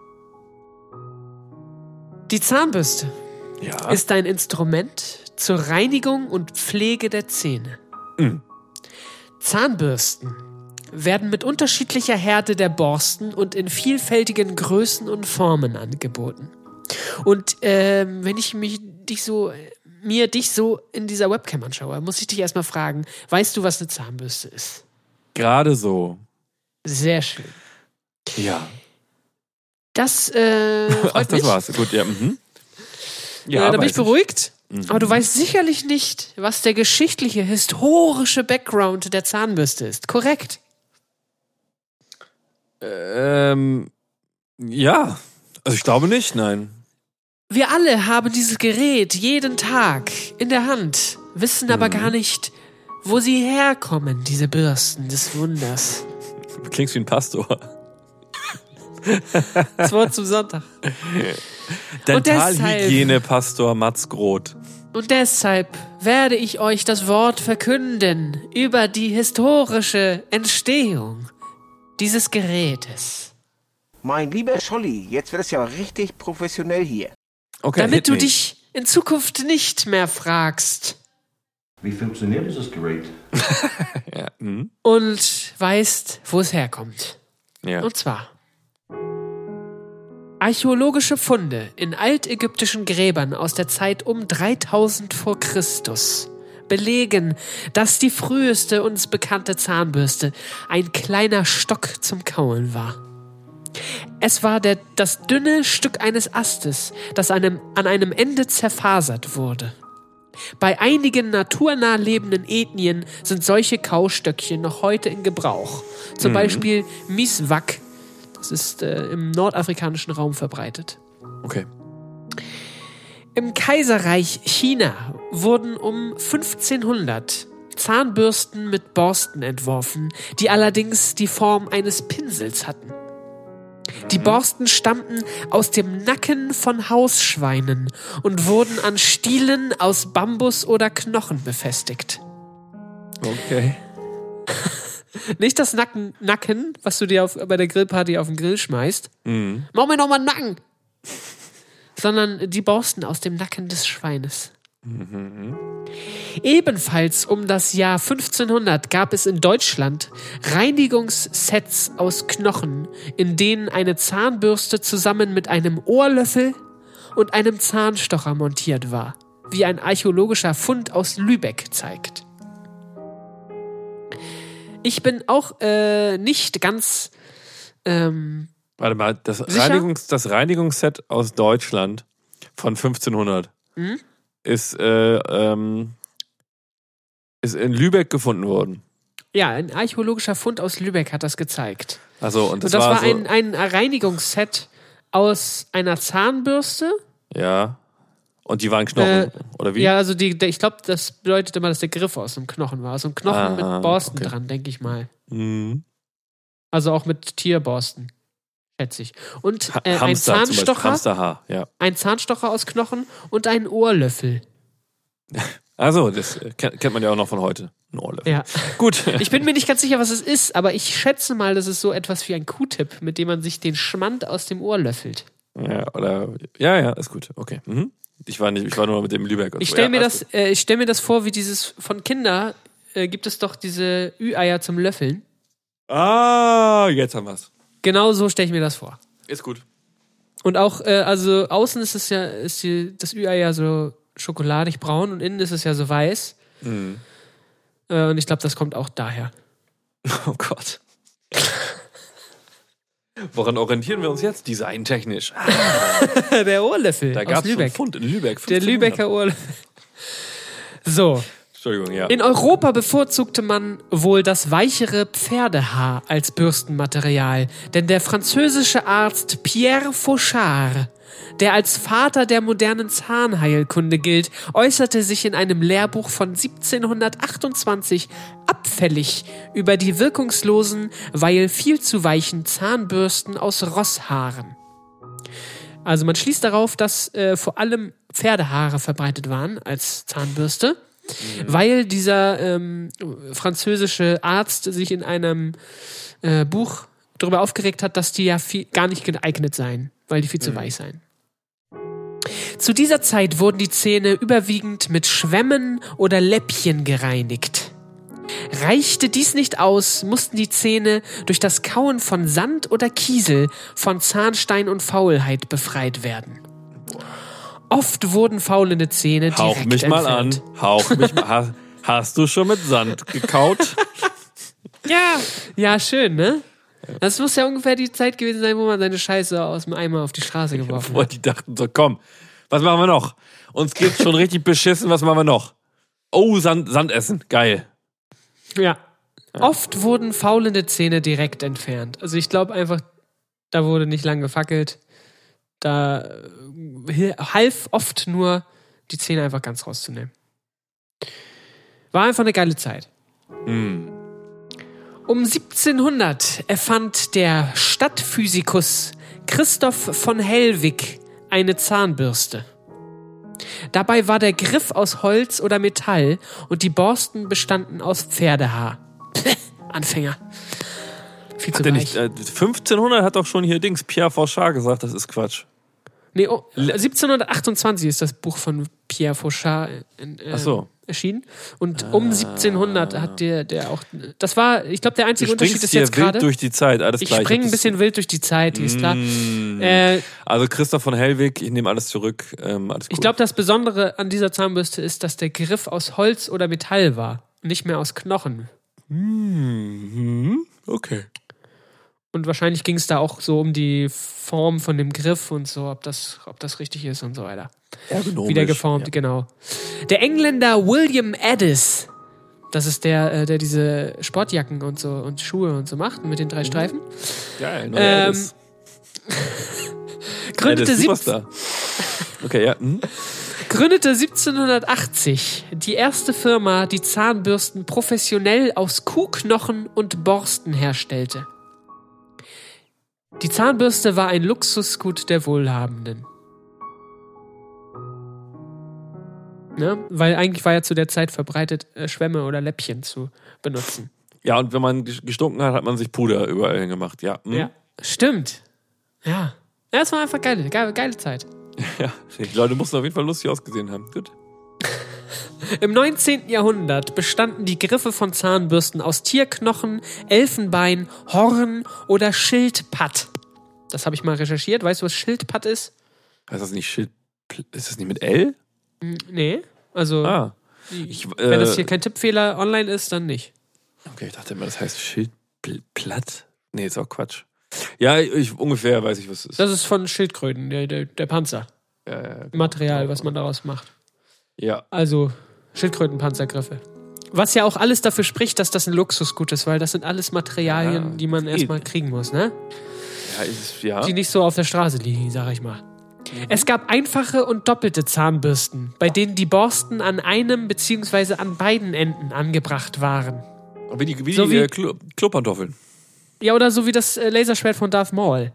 Die Zahnbürste Ja. ist ein Instrument zur Reinigung und Pflege der Zähne. Zahnbürsten werden mit unterschiedlicher Härte der Borsten und in vielfältigen Größen und Formen angeboten. Und wenn ich dich so in dieser Webcam anschaue, muss ich dich erstmal fragen, weißt du, was eine Zahnbürste ist? Gerade so. Sehr schön. Ja. Das Ach, freut das mich. war's. Gut, ja. Mhm. Ja, Da bin weiß ich beruhigt. Aber Mhm. du weißt sicherlich nicht, was der geschichtliche, historische Background der Zahnbürste ist. Korrekt? Ja. Also ich glaube nicht, nein. Wir alle haben dieses Gerät jeden Tag in der Hand, wissen aber gar nicht, wo sie herkommen, diese Bürsten des Wunders. Du klingst wie ein Pastor. Das Wort zum Sonntag. Dentalhygiene-Pastor Mats Groth. Und deshalb werde ich euch das Wort verkünden über die historische Entstehung dieses Gerätes. Mein lieber Scholli, jetzt wird es ja richtig professionell hier. Okay, Damit du dich in Zukunft nicht mehr fragst Wie funktioniert dieses Gerät? Ja. und weißt, wo es herkommt. Ja. Und zwar archäologische Funde in altägyptischen Gräbern aus der Zeit um 3000 vor Christus belegen, dass die früheste uns bekannte Zahnbürste ein kleiner Stock zum Kauen war. Es war das dünne Stück eines Astes, das an einem Ende zerfasert wurde. Bei einigen naturnah lebenden Ethnien sind solche Kaustöckchen noch heute in Gebrauch. Zum Beispiel Miswak. Das ist im nordafrikanischen Raum verbreitet. Okay. Im Kaiserreich China wurden um 1500 Zahnbürsten mit Borsten entworfen, die allerdings die Form eines Pinsels hatten. Die Borsten stammten aus dem Nacken von Hausschweinen und wurden an Stielen aus Bambus oder Knochen befestigt. Okay. Nicht das Nacken, was du dir bei der Grillparty auf den Grill schmeißt. Mach mir nochmal einen Nacken. Sondern die Borsten aus dem Nacken des Schweines. Ebenfalls um das Jahr 1500 gab es in Deutschland Reinigungssets aus Knochen, in denen eine Zahnbürste zusammen mit einem Ohrlöffel und einem Zahnstocher montiert war, wie ein archäologischer Fund aus Lübeck zeigt. Ich bin auch nicht ganz Warte mal, das sicher? Reinigungsset aus Deutschland von 1500 ist in Lübeck gefunden worden. Ja, ein archäologischer Fund aus Lübeck hat das gezeigt. Also, und das war so, ein Reinigungsset aus einer Zahnbürste. Ja. Und die waren Knochen, oder wie? Ja, also ich glaube, das bedeutet immer, dass der Griff aus dem Knochen war. Also ein Knochen mit Borsten dran, denke ich mal. Mhm. Also auch mit Tierborsten, schätze ich. Und ein Hamster Zahnstocher. Hamsterhaar, ja. Ein Zahnstocher aus Knochen und ein Ohrlöffel. Also, das kennt man ja auch noch von heute. Ein Ohrlöffel. Ja. Gut. Ich bin mir nicht ganz sicher, was es ist, aber ich schätze mal, das ist so etwas wie ein Q-Tip, mit dem man sich den Schmand aus dem Ohr löffelt. Ja, ist gut. Okay. Mhm. Ich war nur mit dem Lübeck. Und Ich so. stelle mir das vor, wie dieses von Kinder gibt es doch diese Ü-Eier zum Löffeln. Ah, jetzt haben wir's. Genau so stelle ich mir das vor. Ist gut. Und auch, also außen ist es ja, das Ü-Ei ja so schokoladig braun und innen ist es ja so weiß. Mhm. Und ich glaube, das kommt auch daher. Oh Gott. Woran orientieren wir uns jetzt? Designtechnisch. Der Ohrlöffel Da aus gab es einen Lübeck. Fund in Lübeck. Der 1500. Lübecker Ohrlöffel. So. Entschuldigung, ja. In Europa bevorzugte man wohl das weichere Pferdehaar als Bürstenmaterial, denn der französische Arzt Pierre Fauchard, der als Vater der modernen Zahnheilkunde gilt, äußerte sich in einem Lehrbuch von 1728 abfällig über die wirkungslosen, weil viel zu weichen Zahnbürsten aus Rosshaaren. Also man schließt darauf, dass vor allem Pferdehaare verbreitet waren als Zahnbürste, weil dieser französische Arzt sich in einem Buch darüber aufgeregt hat, dass die ja gar nicht geeignet seien, weil die viel zu weich seien. Zu dieser Zeit wurden die Zähne überwiegend mit Schwämmen oder Läppchen gereinigt. Reichte dies nicht aus, mussten die Zähne durch das Kauen von Sand oder Kiesel von Zahnstein und Faulheit befreit werden. Oft wurden faulende Zähne direkt Hauch mich mal entfernt. an. Hauch mich mal. Hast du schon mit Sand gekaut? Ja, schön, ne? Das muss ja ungefähr die Zeit gewesen sein, wo man seine Scheiße aus dem Eimer auf die Straße geworfen Wo hat. die dachten so, komm, was machen wir noch? Uns geht's schon richtig beschissen, was machen wir noch? Oh, Sand essen, geil. Ja. Oft wurden faulende Zähne direkt entfernt. Also ich glaube einfach, da wurde nicht lang gefackelt. Da half oft nur, die Zähne einfach ganz rauszunehmen. War einfach eine geile Zeit. Um 1700 erfand der Stadtphysikus Christoph von Hellwig eine Zahnbürste. Dabei war der Griff aus Holz oder Metall und die Borsten bestanden aus Pferdehaar. Anfänger. Viel zu Hat der weich. nicht, 1500 hat doch schon hier Pierre Fauchard gesagt, das ist Quatsch. Nee, 1728 ist das Buch von Pierre Fauchard Ach so. erschienen. Und um 1700 hat der auch. Das war, ich glaube, der einzige Du Unterschied springst ist hier jetzt wild gerade. durch die Zeit, alles Ich klar. springe ein bisschen wild durch die Zeit, die ist klar. Also Christoph von Hellwig, ich nehme alles zurück. Alles Ich gut. glaube, das Besondere an dieser Zahnbürste ist, dass der Griff aus Holz oder Metall war. Nicht mehr aus Knochen. Okay. Und wahrscheinlich ging es da auch so um die Form von dem Griff und so, ob das richtig ist und so weiter. Ergonomisch. Wieder geformt, ja. genau. Der Engländer William Addis, das ist der diese Sportjacken und so und Schuhe und so macht mit den 3 Streifen. Geil, Gründete, Superstar. Okay, ja. gründete 1780 die erste Firma, die Zahnbürsten professionell aus Kuhknochen und Borsten herstellte. Die Zahnbürste war ein Luxusgut der Wohlhabenden. Ne? Weil eigentlich war ja zu der Zeit verbreitet, Schwämme oder Läppchen zu benutzen. Ja, und wenn man gestunken hat, hat man sich Puder überall hingemacht. Ja. Ja, stimmt. Ja. Ja, es war einfach geile Zeit. Ja. Die Leute mussten auf jeden Fall lustig ausgesehen haben. Gut. Im 19. Jahrhundert bestanden die Griffe von Zahnbürsten aus Tierknochen, Elfenbein, Horn oder Schildpatt. Das habe ich mal recherchiert. Weißt du, was Schildpatt ist? Heißt das nicht Ist das nicht mit L? Nee. Also, wenn das hier kein Tippfehler online ist, dann nicht. Okay, ich dachte immer, das heißt Schildplatt. Nee, ist auch Quatsch. Ja, ungefähr weiß ich, was es ist. Das ist von Schildkröten, der Panzer. Ja, Material, was man daraus macht. ja. Also Schildkrötenpanzergriffe. Was ja auch alles dafür spricht, dass das ein Luxusgut ist, weil das sind alles Materialien, Ja, die man erstmal kriegen muss, ne? Ja. Die nicht so auf der Straße liegen, sag ich mal. Es gab einfache und doppelte Zahnbürsten, bei denen die Borsten an einem bzw. an beiden Enden angebracht waren. Wie die So wie- Klopantoffeln. Ja, oder so wie das Laserschwert von Darth Maul.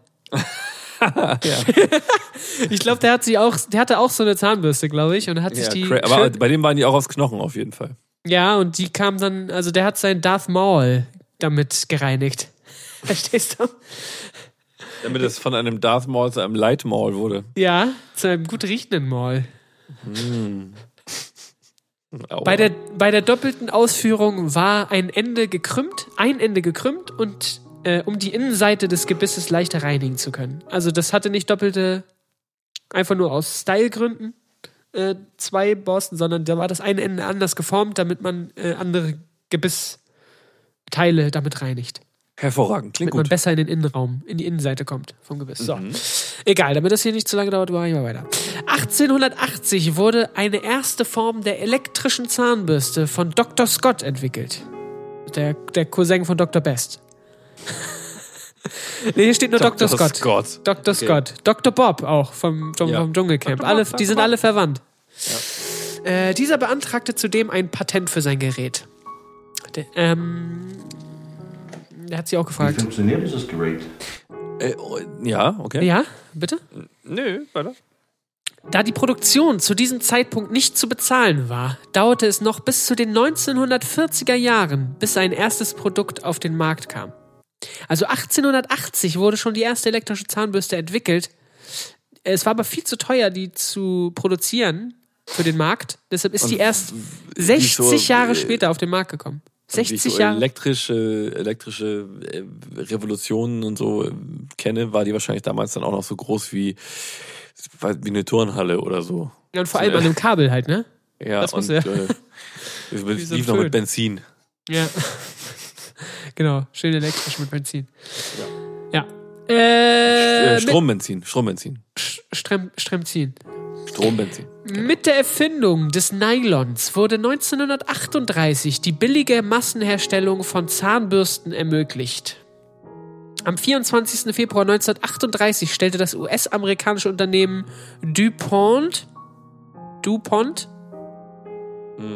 Ich glaube, der hatte auch so eine Zahnbürste, glaube ich, und hat sich die. Aber bei dem waren die auch aus Knochen auf jeden Fall. Ja, und die kam dann, also der hat sein Darth Maul damit gereinigt. Verstehst du? Damit es von einem Darth Maul zu einem Light Maul wurde. Ja, zu einem gut riechenden Maul. Aua. Bei der doppelten Ausführung war ein Ende gekrümmt und um die Innenseite des Gebisses leichter reinigen zu können. Also das hatte nicht doppelte, einfach nur aus Stylegründen 2 Borsten, sondern da war das eine Ende anders geformt, damit man andere Gebissteile damit reinigt. Hervorragend, klingt Damit man gut. besser in den Innenraum, in die Innenseite kommt vom Gebiss. So. Egal, damit das hier nicht zu lange dauert, mache ich mal weiter. 1880 wurde eine erste Form der elektrischen Zahnbürste von Dr. Scott entwickelt. Der Cousin von Dr. Best. Nee, hier steht nur Dr. Scott. Dr. Scott. Dr. Bob auch vom Dschungelcamp. Die sind alle verwandt. Dieser beantragte zudem ein Patent für sein Gerät. Der hat sie auch Wie gefragt. funktioniert dieses Gerät? Ja, okay. Ja, bitte? Nö, weiter. Da die Produktion zu diesem Zeitpunkt nicht zu bezahlen war, dauerte es noch bis zu den 1940er Jahren, bis ein erstes Produkt auf den Markt kam. Also 1880 wurde schon die erste elektrische Zahnbürste entwickelt. Es war aber viel zu teuer, die zu produzieren für den Markt. Deshalb ist die erst 60 Jahre später auf den Markt gekommen. Wie ich 60 so Jahre. elektrische Revolutionen und so kenne, war die wahrscheinlich damals dann auch noch so groß wie eine Turnhalle oder so. Ja, und vor allem an dem Kabel halt, ne? Ja, Das muss und ja. es so ein lief noch Föhn. mit Benzin. Ja. Genau, schön elektrisch mit Benzin. Ja. Strombenzin. Stremzin. Strombenzin. Mit der Erfindung des Nylons wurde 1938 die billige Massenherstellung von Zahnbürsten ermöglicht. Am 24. Februar 1938 stellte das US-amerikanische Unternehmen DuPont,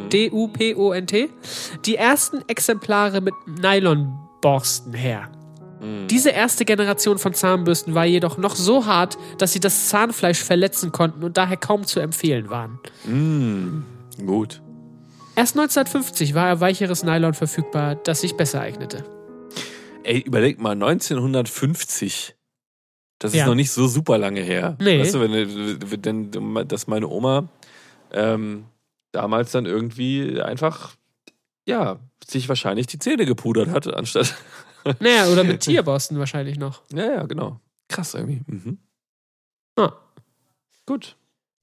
D-U-P-O-N-T, die ersten Exemplare mit Nylonborsten her. Diese erste Generation von Zahnbürsten war jedoch noch so hart, dass sie das Zahnfleisch verletzen konnten und daher kaum zu empfehlen waren. Gut. Erst 1950 war weicheres Nylon verfügbar, das sich besser eignete. Ey, überleg mal, 1950. Das ist Ja. noch nicht so super lange her. Nee. Weißt du, dass meine Oma damals dann irgendwie einfach, ja, sich wahrscheinlich die Zähne gepudert hat, anstatt. Naja, oder mit Tierborsten wahrscheinlich noch. Ja, genau. Krass irgendwie. Ah. Gut.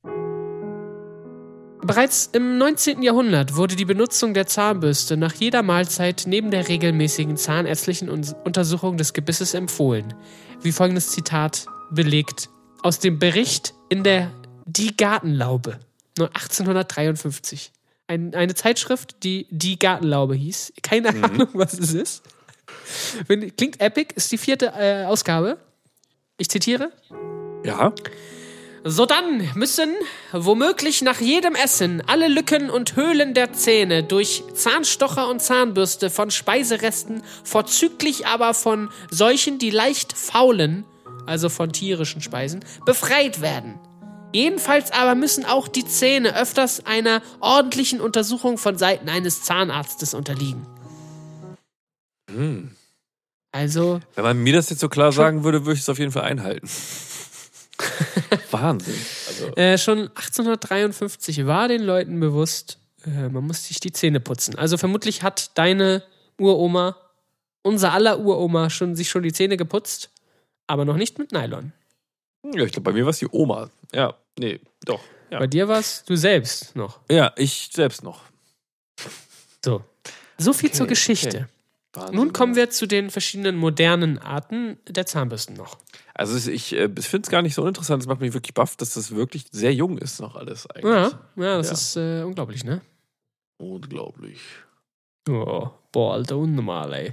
Bereits im 19. Jahrhundert wurde die Benutzung der Zahnbürste nach jeder Mahlzeit neben der regelmäßigen zahnärztlichen Untersuchung des Gebisses empfohlen. Wie folgendes Zitat belegt aus dem Bericht in der Die Gartenlaube 1853. Eine Zeitschrift, die Die Gartenlaube hieß. Keine Ahnung, was es ist. Klingt epic, ist die 4. Ausgabe. Ich zitiere. Ja. Sodann müssen womöglich nach jedem Essen alle Lücken und Höhlen der Zähne durch Zahnstocher und Zahnbürste von Speiseresten, vorzüglich aber von solchen, die leicht faulen, also von tierischen Speisen, befreit werden. Jedenfalls aber müssen auch die Zähne öfters einer ordentlichen Untersuchung von Seiten eines Zahnarztes unterliegen. Also, Wenn man mir das jetzt so klar sagen würde, würde ich es auf jeden Fall einhalten. Wahnsinn. Also, schon 1853 war den Leuten bewusst, man muss sich die Zähne putzen. Also vermutlich hat deine Uroma, unser aller Uroma, sich schon die Zähne geputzt, aber noch nicht mit Nylon. ja, ich glaube, bei mir war es die Oma. Ja, nee, doch. Ja, Bei dir warst du selbst noch. ja, ich selbst noch. So viel zur Geschichte. okay. Wahnsinn, Nun kommen wir zu den verschiedenen modernen Arten der Zahnbürsten noch. Also ich finde es gar nicht so uninteressant, es macht mich wirklich baff, dass das wirklich sehr jung ist noch alles eigentlich. Ja, das Ja. ist unglaublich, ne? Unglaublich. Oh, boah, Alter, unnormal, ey.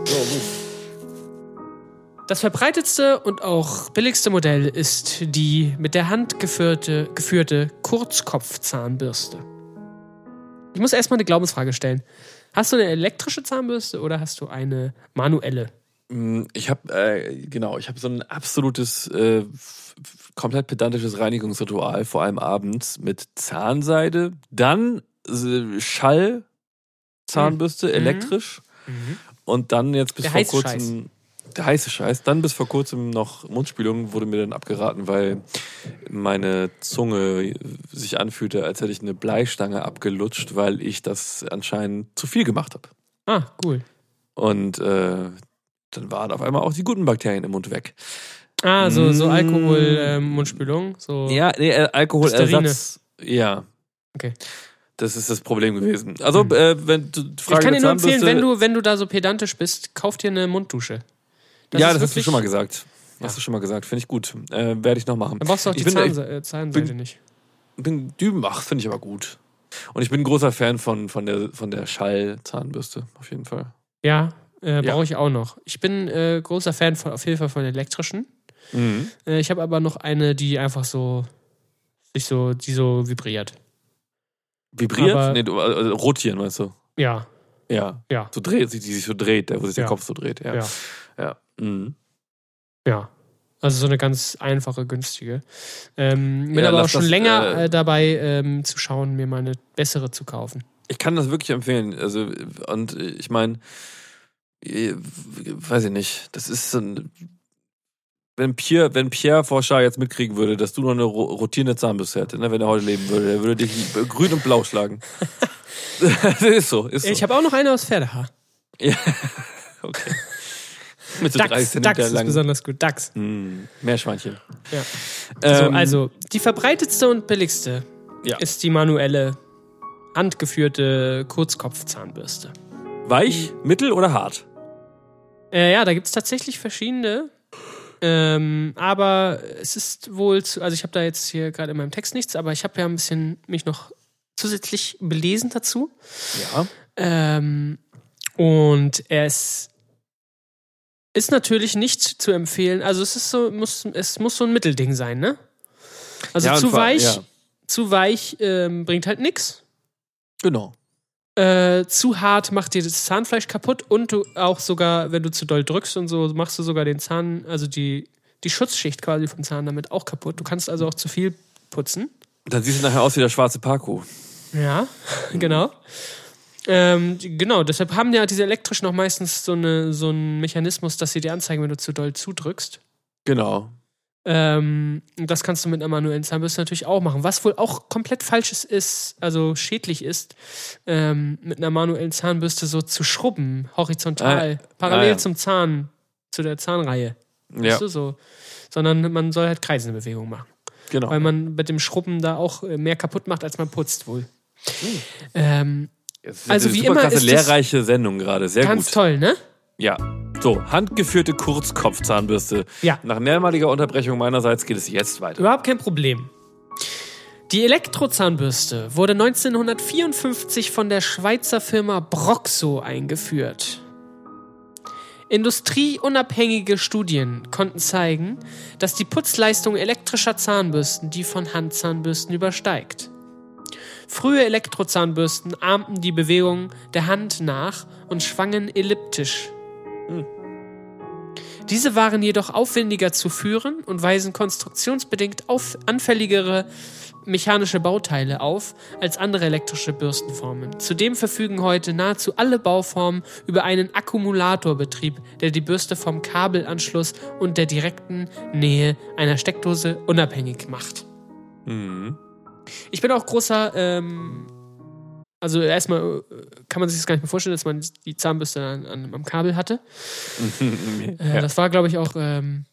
Das verbreitetste und auch billigste Modell ist die mit der Hand geführte Kurzkopfzahnbürste. Ich muss erstmal eine Glaubensfrage stellen. Hast du eine elektrische Zahnbürste oder hast du eine manuelle? Ich habe so ein absolutes, komplett pedantisches Reinigungsritual, vor allem abends, mit Zahnseide, dann Schallzahnbürste, elektrisch und dann jetzt bis Der vor heiße kurzem... Der heiße Scheiß. Dann bis vor kurzem noch Mundspülung, wurde mir dann abgeraten, weil meine Zunge sich anfühlte, als hätte ich eine Bleistange abgelutscht, weil ich das anscheinend zu viel gemacht habe. Ah, cool. Und dann waren auf einmal auch die guten Bakterien im Mund weg. Ah, so Alkohol-Mundspülung. So. Ja, nee, Alkoholersatz. Ja. Okay. Das ist das Problem gewesen. Also, wenn du Ich kann dir nur empfehlen, wenn du da so pedantisch bist, kauf dir eine Munddusche. Das hast du schon mal gesagt. Hast du schon mal gesagt. Finde ich gut. Werde ich noch machen. Dann brauchst du auch die Zahnseide nicht. Finde ich aber gut. Und ich bin ein großer Fan von der Schallzahnbürste, auf jeden Fall. Ja, brauche ich auch noch. Ich bin großer Fan auf jeden Fall von elektrischen. Ich habe aber noch eine, die einfach so vibriert. Vibriert? Aber- Nee, rotieren, meinst du? Ja. Ja. Ja. So dreht, die sich so dreht, wo sich der Ja. Kopf so dreht. Ja. Ja. Ja. Mhm. Ja. Also so eine ganz einfache, günstige. Bin Ja, aber auch lass schon das, länger dabei zu schauen, mir mal eine bessere zu kaufen. Ich kann das wirklich empfehlen. Also, und ich meine, weiß ich nicht, das ist so ein. Wenn Pierre Forchard jetzt mitkriegen würde, dass du noch eine rotierende Zahnbürste hättest, ne, wenn er heute leben würde, der würde dich grün und blau schlagen. Das ist so. Ich habe auch noch eine aus Pferdehaar. Ja, okay. Mit so 30 Dachs Zentimeter ist lang. besonders gut. Dachs. Meerschweinchen. Ja. Ähm, Also, die verbreitetste und billigste Ja. ist die manuelle, handgeführte Kurzkopfzahnbürste. Weich, mittel oder hart? Ja, da gibt es tatsächlich verschiedene. Aber es ist wohl, also ich habe da jetzt hier gerade in meinem Text nichts, aber ich habe ja ein bisschen mich noch zusätzlich belesen dazu. Ja. Und es ist natürlich nicht zu empfehlen. Also es ist so, es muss so ein Mittelding sein, ne? Also Ja, und zu vor- weich, ja. zu weich bringt halt nichts. Genau. zu hart macht dir das Zahnfleisch kaputt und du auch sogar, wenn du zu doll drückst und so, machst du sogar den Zahn, also die Schutzschicht quasi vom Zahn damit auch kaputt. Du kannst also auch zu viel putzen. Dann siehst du nachher aus wie der schwarze Paco. Ja, genau. Genau, deshalb haben ja diese elektrischen auch meistens so einen Mechanismus, dass sie dir anzeigen, wenn du zu doll zudrückst. Genau. Das kannst du mit einer manuellen Zahnbürste natürlich auch machen. Was wohl auch komplett falsch ist, also schädlich ist, mit einer manuellen Zahnbürste so zu schrubben, horizontal, parallel zum Zahn, zu der Zahnreihe. Ja. Weißt du, so. Sondern man soll halt kreisende Bewegungen machen. Genau. Weil man mit dem Schrubben da auch mehr kaputt macht, als man putzt wohl. Also wie immer ist lehrreiche Sendung gerade, sehr ganz gut. Toll, ne? Ja. So, handgeführte Kurzkopfzahnbürste. Ja. Nach mehrmaliger Unterbrechung meinerseits geht es jetzt weiter. Überhaupt kein Problem. Die Elektrozahnbürste wurde 1954 von der Schweizer Firma Broxo eingeführt. Industrieunabhängige Studien konnten zeigen, dass die Putzleistung elektrischer Zahnbürsten die von Handzahnbürsten übersteigt. Frühe Elektrozahnbürsten ahmten die Bewegung der Hand nach und schwangen elliptisch. Diese waren jedoch aufwendiger zu führen und weisen konstruktionsbedingt anfälligere mechanische Bauteile auf als andere elektrische Bürstenformen. Zudem verfügen heute nahezu alle Bauformen über einen Akkumulatorbetrieb, der die Bürste vom Kabelanschluss und der direkten Nähe einer Steckdose unabhängig macht. Mhm. Ich bin auch großer, also erstmal kann man sich das gar nicht mehr vorstellen, dass man die Zahnbürste am Kabel hatte. Ja. Das war, glaube ich, auch,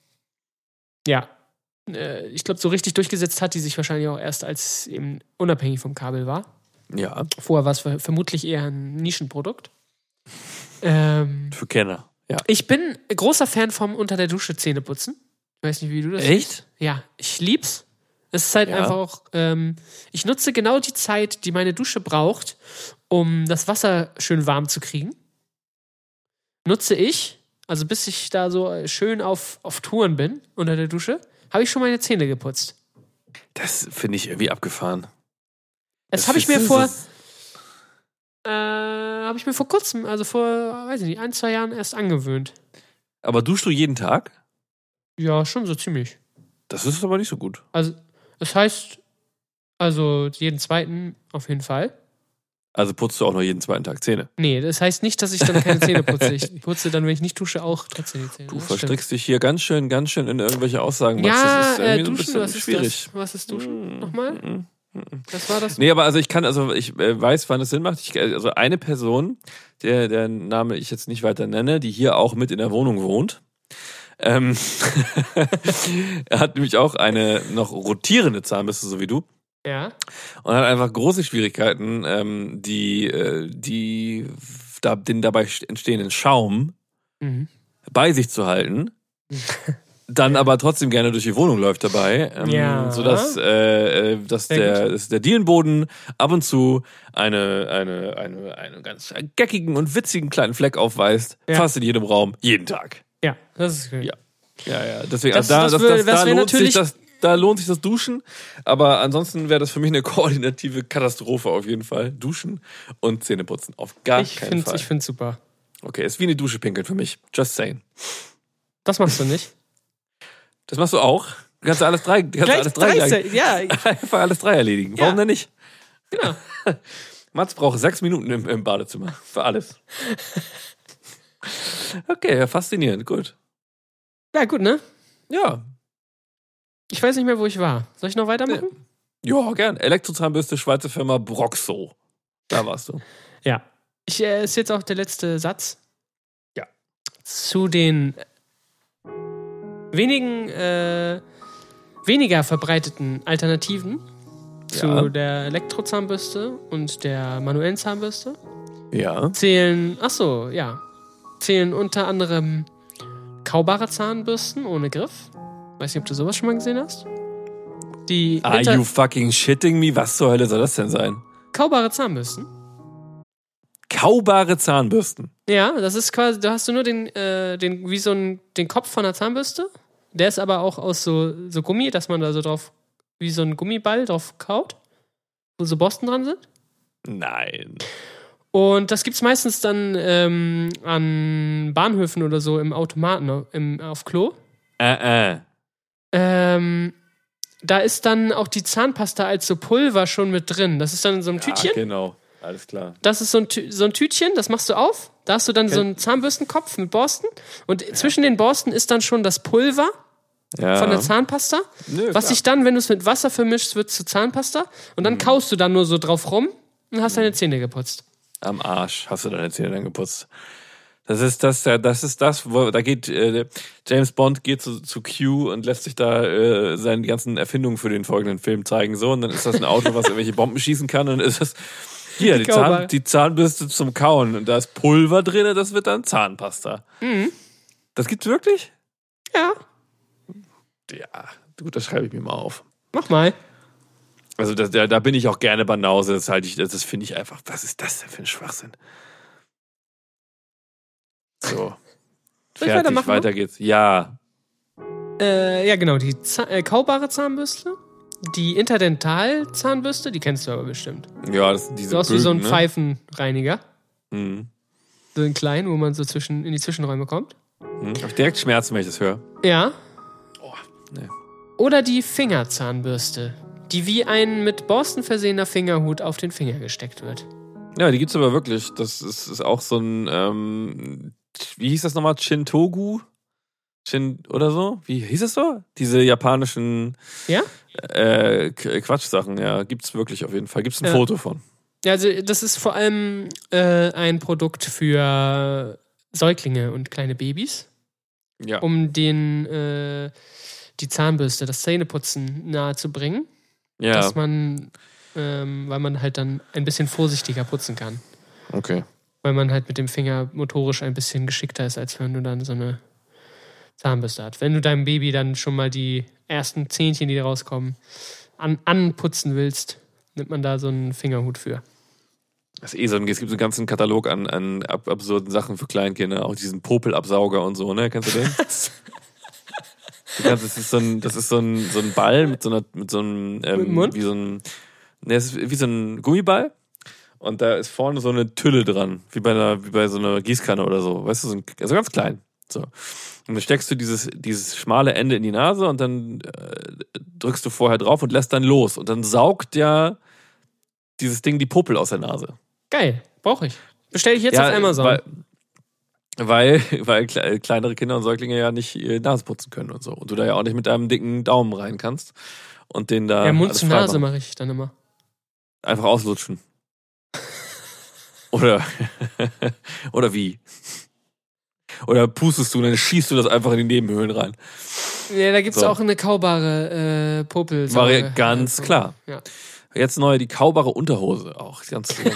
ich glaube, so richtig durchgesetzt hat die sich wahrscheinlich auch erst, als eben unabhängig vom Kabel war. Ja. Vorher war es vermutlich eher ein Nischenprodukt. Für Kenner. Ja. Ich bin großer Fan vom unter der Dusche Zähne putzen. Ich weiß nicht, wie du das Echt? siehst. Ja, ich lieb's. Es ist halt einfach auch, ich nutze genau die Zeit, die meine Dusche braucht, um das Wasser schön warm zu kriegen. Nutze ich, also bis ich da so schön auf Touren bin unter der Dusche, habe ich schon meine Zähne geputzt. Das finde ich irgendwie abgefahren. Das habe ich mir vor kurzem, also vor, weiß ich nicht, 1-2 Jahren erst angewöhnt. Aber duschst du jeden Tag? Ja, schon so ziemlich. Das ist aber nicht so gut. Also, das heißt, also jeden zweiten auf jeden Fall. Also putzt du auch nur jeden zweiten Tag Zähne? Nee, das heißt nicht, dass ich dann keine Zähne putze. Ich putze dann, wenn ich nicht dusche, auch trotzdem die Zähne. Du Das verstrickst dich hier ganz schön in irgendwelche Aussagen. Max. Ja, das ist irgendwie Duschen, ein bisschen was ist schwierig. das? Was ist Duschen? Nochmal? Das war das? Nee, aber also ich weiß, wann es Sinn macht. Also eine Person, der Name ich jetzt nicht weiter nenne, die hier auch mit in der Wohnung wohnt, er hat nämlich auch eine noch rotierende Zahnbürste, so wie du. Ja. Und hat einfach große Schwierigkeiten, den dabei entstehenden Schaum bei sich zu halten. Dann aber trotzdem gerne durch die Wohnung läuft dabei, sodass der Dielenboden ab und zu einen ganz geckigen und witzigen kleinen Fleck aufweist, fast in jedem Raum, jeden Tag. Ja, das ist cool. Ja. Deswegen, Da lohnt sich das Duschen, aber ansonsten wäre das für mich eine koordinative Katastrophe auf jeden Fall. Duschen und Zähneputzen, auf keinen Fall. Ich find's super. Okay, ist wie eine Dusche pinkeln für mich. Just saying. Das machst du nicht. Das machst du auch? Du kannst alles drei Ja. einfach alles drei erledigen. Warum denn nicht? Genau. Mats braucht 6 Minuten im Badezimmer. Für alles. Okay, ja, faszinierend. Gut. Ja, gut, ne? Ja. Ich weiß nicht mehr, wo ich war. Soll ich noch weitermachen? Ja, gern. Elektrozahnbürste, Schweizer Firma Broxo. Da warst du. Ja. Ist jetzt auch der letzte Satz. Ja. Zu den weniger verbreiteten Alternativen zu der Elektrozahnbürste und der manuellen Zahnbürste Ja. zählen unter anderem kaubare Zahnbürsten ohne Griff. Weiß nicht, ob du sowas schon mal gesehen hast. Are you fucking shitting me? Was zur Hölle soll das denn sein? Kaubare Zahnbürsten. Kaubare Zahnbürsten. Ja, das ist quasi, da hast du nur den Kopf von einer Zahnbürste. Der ist aber auch aus so Gummi, dass man da so drauf, wie so ein Gummiball drauf kaut, wo so Borsten dran sind. Nein. Und das gibt's meistens dann an Bahnhöfen oder so im Automaten auf Klo. Da ist dann auch die Zahnpasta als so Pulver schon mit drin. Das ist dann in so einem Tütchen. Genau, alles klar. Das ist so ein Tütchen, das machst du auf. Da hast du dann so einen Zahnbürstenkopf mit Borsten. Und zwischen den Borsten ist dann schon das Pulver von der Zahnpasta. Was sich dann, wenn du es mit Wasser vermischst, wird zu Zahnpasta. Und dann kaust du dann nur so drauf rum und hast deine Zähne geputzt. Am Arsch hast du deine Zähne dann geputzt. Das ist das, wo da geht James Bond geht zu Q und lässt sich da seine ganzen Erfindungen für den folgenden Film zeigen. So, und dann ist das ein Auto, was irgendwelche Bomben schießen kann. Und dann ist das hier die Zahnbürste zum Kauen. Und da ist Pulver drin, das wird dann Zahnpasta. Mhm. Das gibt's wirklich? Ja. Ja, gut, das schreibe ich mir mal auf. Mach mal. Also da bin ich auch gerne Banause. Das finde ich einfach, was ist das denn für ein Schwachsinn? So. Fertig, weiter geht's. Ja. Ja, genau. Die kaubare Zahnbürste. Die Interdental-Zahnbürste, die kennst du aber bestimmt. Ja, das sind diese so hast du so einen ne? Pfeifenreiniger. Mhm. So einen kleinen, wo man so in die Zwischenräume kommt. Mhm. Hab ich direkt Schmerzen, wenn ich das höre. Ja. Oh, nee. Oder die Fingerzahnbürste, die wie ein mit Borsten versehener Fingerhut auf den Finger gesteckt wird. Ja, die gibt's aber wirklich. Das ist auch so ein, wie hieß das nochmal? Shintogu? Oder so? Wie hieß es so? Diese japanischen Quatschsachen, ja. Gibt's wirklich auf jeden Fall. Gibt's ein Foto von. Ja, also das ist vor allem ein Produkt für Säuglinge und kleine Babys. Ja. Um denen die Zahnbürste, das Zähneputzen nahe zu bringen. Ja. Dass man, weil man halt dann ein bisschen vorsichtiger putzen kann. Okay. Weil man halt mit dem Finger motorisch ein bisschen geschickter ist, als wenn du dann so eine Zahnbürste hast. Wenn du deinem Baby dann schon mal die ersten Zähnchen, die da rauskommen, anputzen willst, nimmt man da so einen Fingerhut für. Das ist es gibt so einen ganzen Katalog an absurden Sachen für Kleinkinder, auch diesen Popelabsauger und so, ne? Kennst du den? Das ist so ein Ball mit so einem Mund? Es ist wie so ein Gummiball und da ist vorne so eine Tülle dran, wie bei so einer Gießkanne oder so, weißt du, also ganz klein. So. Und dann steckst du dieses schmale Ende in die Nase und dann drückst du vorher drauf und lässt dann los und dann saugt ja dieses Ding die Popel aus der Nase. Geil, brauche ich. Bestelle ich jetzt auf Amazon. Weil kleinere Kinder und Säuglinge ja nicht Nase putzen können und so. Und du da ja auch nicht mit deinem dicken Daumen rein kannst. Und den da. Ja, Mund zu Nase mache ich dann immer. Einfach auslutschen. Oder wie? Oder pustest du und dann schießt du das einfach in die Nebenhöhlen rein. Ja, da gibt's auch eine kaubare Popelsauge. Ganz klar. Ja. Jetzt neu, die kaubare Unterhose auch. Ganz neu.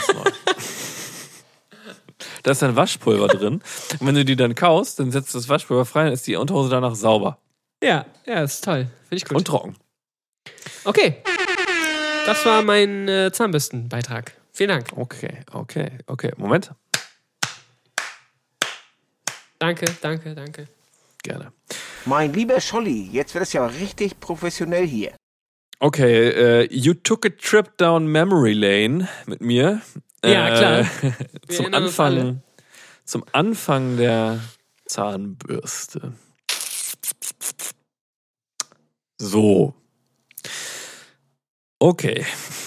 Da ist dann Waschpulver drin. Und wenn du die dann kaust, dann setzt du das Waschpulver frei, dann ist die Unterhose danach sauber. Ja, ist toll. Finde ich gut. Und trocken. Okay. Das war mein Zahnbürstenbeitrag. Vielen Dank. Okay. Moment. Danke. Gerne. Mein lieber Scholli, jetzt wird es ja richtig professionell hier. Okay, you took a trip down memory lane mit mir. Ja, klar. Zum Anfang der Zahnbürste. So. Okay.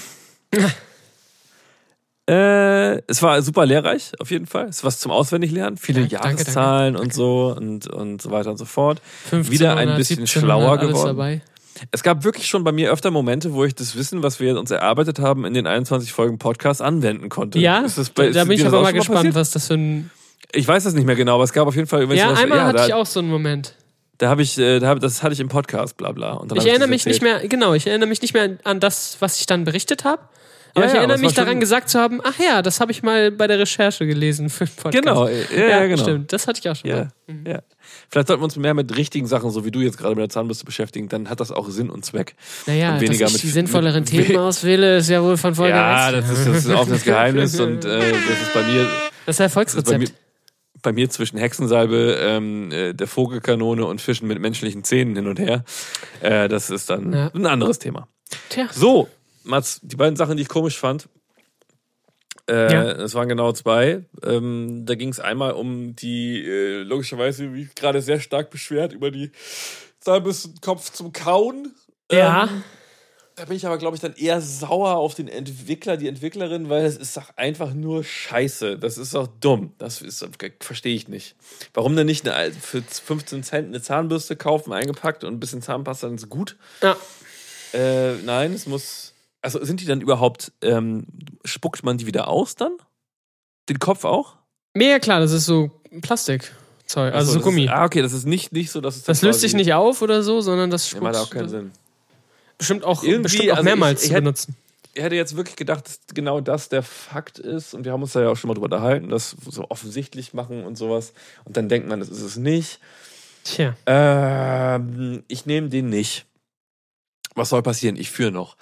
Es war super lehrreich, auf jeden Fall. Es ist was zum Auswendiglernen. Viele Jahreszahlen und so und so weiter und so fort. Wieder ein bisschen schlauer geworden. Dabei. Es gab wirklich schon bei mir öfter Momente, wo ich das Wissen, was wir uns erarbeitet haben, in den 21 Folgen Podcast anwenden konnte. Ja, da bin ich aber mal gespannt, was das für ein... Ich weiß das nicht mehr genau, aber es gab auf jeden Fall... Einmal hatte ich auch so einen Moment. Das hatte ich im Podcast, bla bla. Und dann ich erinnere mich nicht mehr an das, was ich dann berichtet habe. Aber ich erinnere mich daran, gesagt zu haben, ach ja, das habe ich mal bei der Recherche gelesen für den Podcast. Genau, genau. Stimmt, das hatte ich auch schon mal. Ja. Vielleicht sollten wir uns mehr mit richtigen Sachen, so wie du jetzt gerade mit der Zahnbürste beschäftigen, dann hat das auch Sinn und Zweck. Naja, und weniger dass ich die sinnvolleren Themen auswähle, ist ja wohl von Folge 1. Ja, das ist ein offenes Geheimnis und das ist bei mir... Das ist Erfolgsrezept. Bei mir zwischen Hexensalbe, der Vogelkanone und Fischen mit menschlichen Zähnen hin und her. Das ist dann ein anderes Thema. Tja. So, Mats, die beiden Sachen, die ich komisch fand. Es waren genau 2. Da ging es einmal um die, logischerweise, wie gerade sehr stark beschwert, über die Zahnbürstenkopf zum Kauen. Ja. Da bin ich aber, glaube ich, dann eher sauer auf den Entwickler, die Entwicklerin, weil es ist doch einfach nur Scheiße. Das ist doch dumm. Verstehe ich nicht. Warum denn nicht für 15 Cent eine Zahnbürste kaufen, eingepackt und ein bisschen Zahnpasta, dann ist gut? Ja. Nein, es muss... Also sind die dann überhaupt... spuckt man die wieder aus dann? Den Kopf auch? Ja, klar, das ist so Plastikzeug, also so Gummi. Okay, das ist nicht so, dass es... Das löst sich nicht auf oder so, sondern das spuckt... Macht auch keinen Sinn. Bestimmt auch mehrmals zu benutzen. Ich hätte jetzt wirklich gedacht, dass genau das der Fakt ist. Und wir haben uns da ja auch schon mal drüber unterhalten, das so offensichtlich machen und sowas. Und dann denkt man, das ist es nicht. Tja. Ich nehme den nicht. Was soll passieren? Ich führe noch.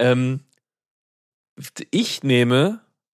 Ich nehme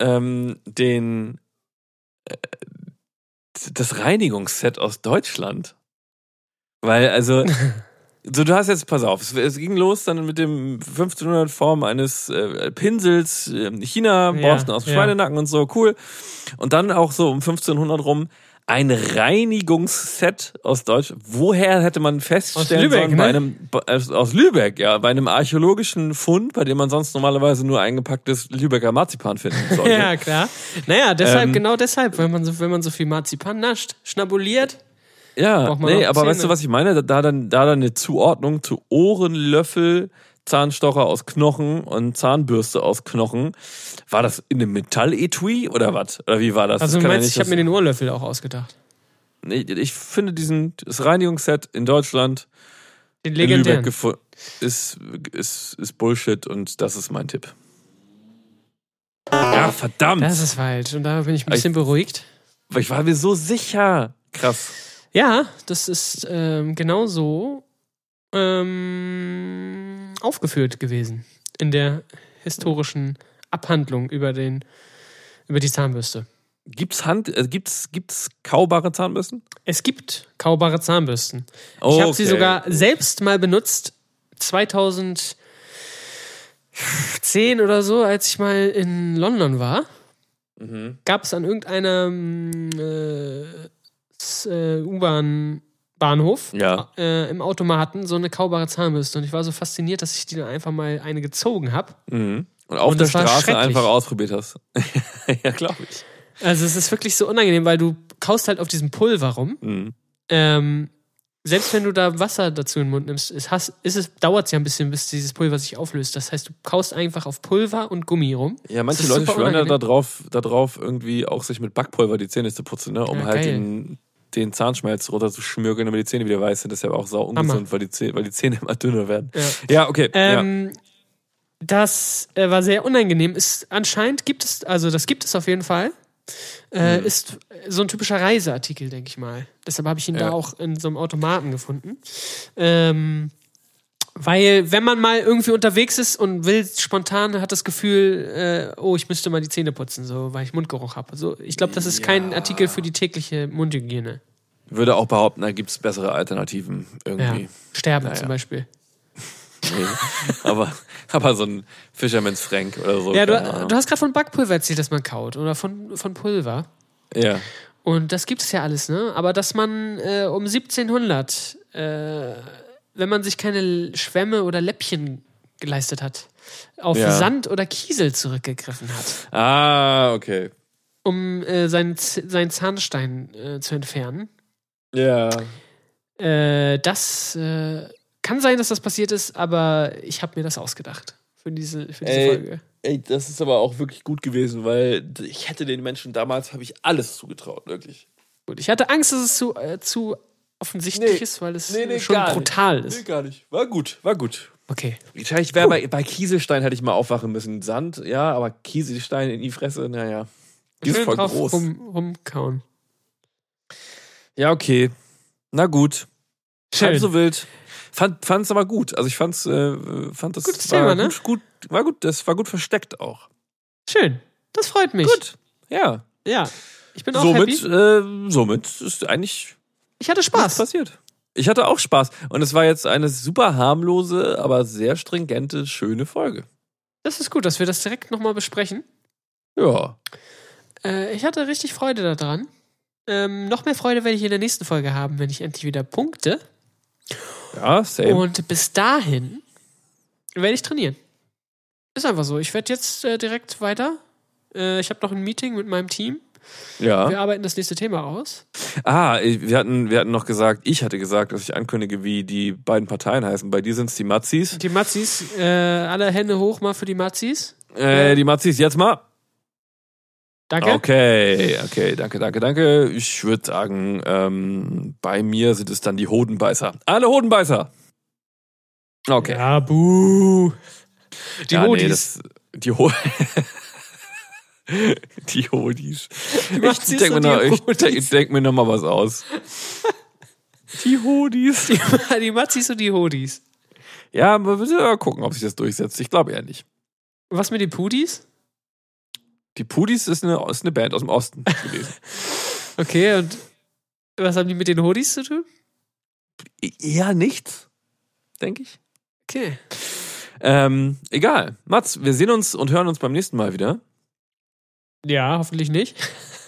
das Reinigungsset aus Deutschland. Weil, also... So, du hast jetzt, pass auf, es ging los dann mit dem 1500 Form eines Pinsels, China-Borsten aus dem Schweinenacken und so, cool. Und dann auch so um 1500 rum ein Reinigungsset aus Deutschland. Woher hätte man feststellen sollen? Aus Lübeck, ja, bei einem archäologischen Fund, bei dem man sonst normalerweise nur eingepacktes Lübecker Marzipan finden sollte. Ja, klar. Naja, genau deshalb, wenn man so viel Marzipan nascht, schnabuliert. Ja, nee, aber weißt du, was ich meine? Da dann eine Zuordnung zu Ohrenlöffel, Zahnstocher aus Knochen und Zahnbürste aus Knochen. War das in einem Metalletui oder was? Oder wie war das? Also das du meinst, ich habe mir den Ohrlöffel auch ausgedacht. Nee, ich finde das Reinigungsset in Deutschland den legendären in Lübeck ist Bullshit und das ist mein Tipp. Ja, verdammt. Das ist falsch und da bin ich ein bisschen beruhigt. Weil ich war mir so sicher. Krass. Ja, das ist genau so aufgeführt gewesen in der historischen Abhandlung über die Zahnbürste. Gibt's kaubare Zahnbürsten? Es gibt kaubare Zahnbürsten. Oh, ich habe sie sogar selbst mal benutzt, 2010 oder so, als ich mal in London war. Gab es an irgendeinem U-Bahn-Bahnhof im Automaten so eine kaubare Zahnbürste. Und ich war so fasziniert, dass ich die dann einfach mal eine gezogen habe. Und auf der Straße einfach ausprobiert hast. Ja, glaube ich. Also es ist wirklich so unangenehm, weil du kaust halt auf diesem Pulver rum. Selbst wenn du da Wasser dazu in den Mund nimmst, dauert es ja ein bisschen, bis dieses Pulver sich auflöst. Das heißt, du kaust einfach auf Pulver und Gummi rum. Ja, manche Leute schwören ja da drauf, irgendwie auch sich mit Backpulver die Zähne zu putzen, ne? Um halt den Zahnschmelz runterzuschmürgeln, damit die Zähne wieder weiß sind. Das ist ja auch sau ungesund, weil die Zähne immer dünner werden. Ja, okay. Das war sehr unangenehm. Anscheinend gibt es auf jeden Fall. Ist so ein typischer Reiseartikel, denke ich mal. Deshalb habe ich ihn da auch in so einem Automaten gefunden. Weil, wenn man mal irgendwie unterwegs ist und will spontan, hat das Gefühl, ich müsste mal die Zähne putzen, so, weil ich Mundgeruch habe. Also, ich glaube, das ist kein Artikel für die tägliche Mundhygiene. Würde auch behaupten, da gibt es bessere Alternativen irgendwie. Ja. Sterben zum Beispiel. Nee, aber so ein Fisherman's Frank oder so. Ja, du hast gerade von Backpulver erzählt, dass man kaut. Oder von Pulver. Ja. Und das gibt es ja alles, ne? Aber dass man um 1700, wenn man sich keine Schwämme oder Läppchen geleistet hat, auf Sand oder Kiesel zurückgegriffen hat. Ah, okay. Um seinen Zahnstein zu entfernen. Ja. Das kann sein, dass das passiert ist, aber ich habe mir das ausgedacht für diese Folge. Ey, das ist aber auch wirklich gut gewesen, weil ich hätte den Menschen damals, habe ich alles zugetraut, wirklich. Gut, ich hatte Angst, dass es zu offensichtlich ist, weil es schon brutal ist. Nee, gar nicht. War gut. Okay. Wahrscheinlich wäre bei Kieselstein hätte ich mal aufwachen müssen. Sand, ja, aber Kieselstein in die Fresse, naja. Die ist voll groß. Rumkauen. Ja, okay. Na gut. Schön. Halb so wild. Fand's aber gut. Also ich fand das gutes Thema, ne? War gut, das war gut versteckt auch. Schön. Das freut mich. Gut. Ja. Ja. Ich bin auch happy. Somit ist eigentlich ich hatte Spaß. nichts passiert. Ich hatte auch Spaß. Und es war jetzt eine super harmlose, aber sehr stringente, schöne Folge. Das ist gut, dass wir das direkt nochmal besprechen. Ja. Ich hatte richtig Freude daran. Noch mehr Freude werde ich in der nächsten Folge haben, wenn ich endlich wieder punkte. Ja, same. Und bis dahin werde ich trainieren. Ist einfach so. Ich werde jetzt direkt weiter. Ich habe noch ein Meeting mit meinem Team. Ja. Wir arbeiten das nächste Thema aus. Wir hatten noch gesagt, ich hatte gesagt, dass ich ankündige, wie die beiden Parteien heißen. Bei dir sind es die Mazis. Die Mazis, alle Hände hoch mal für die Mazis. Die Mazis jetzt mal. Danke. Okay, danke. Ich würde sagen, bei mir sind es dann die Hodenbeißer. Alle Hodenbeißer. Okay. Ja, buh. Die Hodis. Die Hodis. Mazis Ich denke und mir, die Hodis. denk mir noch mal was aus. Die Hodis. Die Mazis und die Hodis. Ja, aber wir müssen mal gucken, ob sich das durchsetzt. Ich glaube eher nicht. Was mit den Pudis? Die Pudis ist eine Band aus dem Osten gewesen. Okay, und was haben die mit den Hodis zu tun? Eher nichts, denke ich. Okay. Egal. Mats, wir sehen uns und hören uns beim nächsten Mal wieder. Ja, hoffentlich nicht.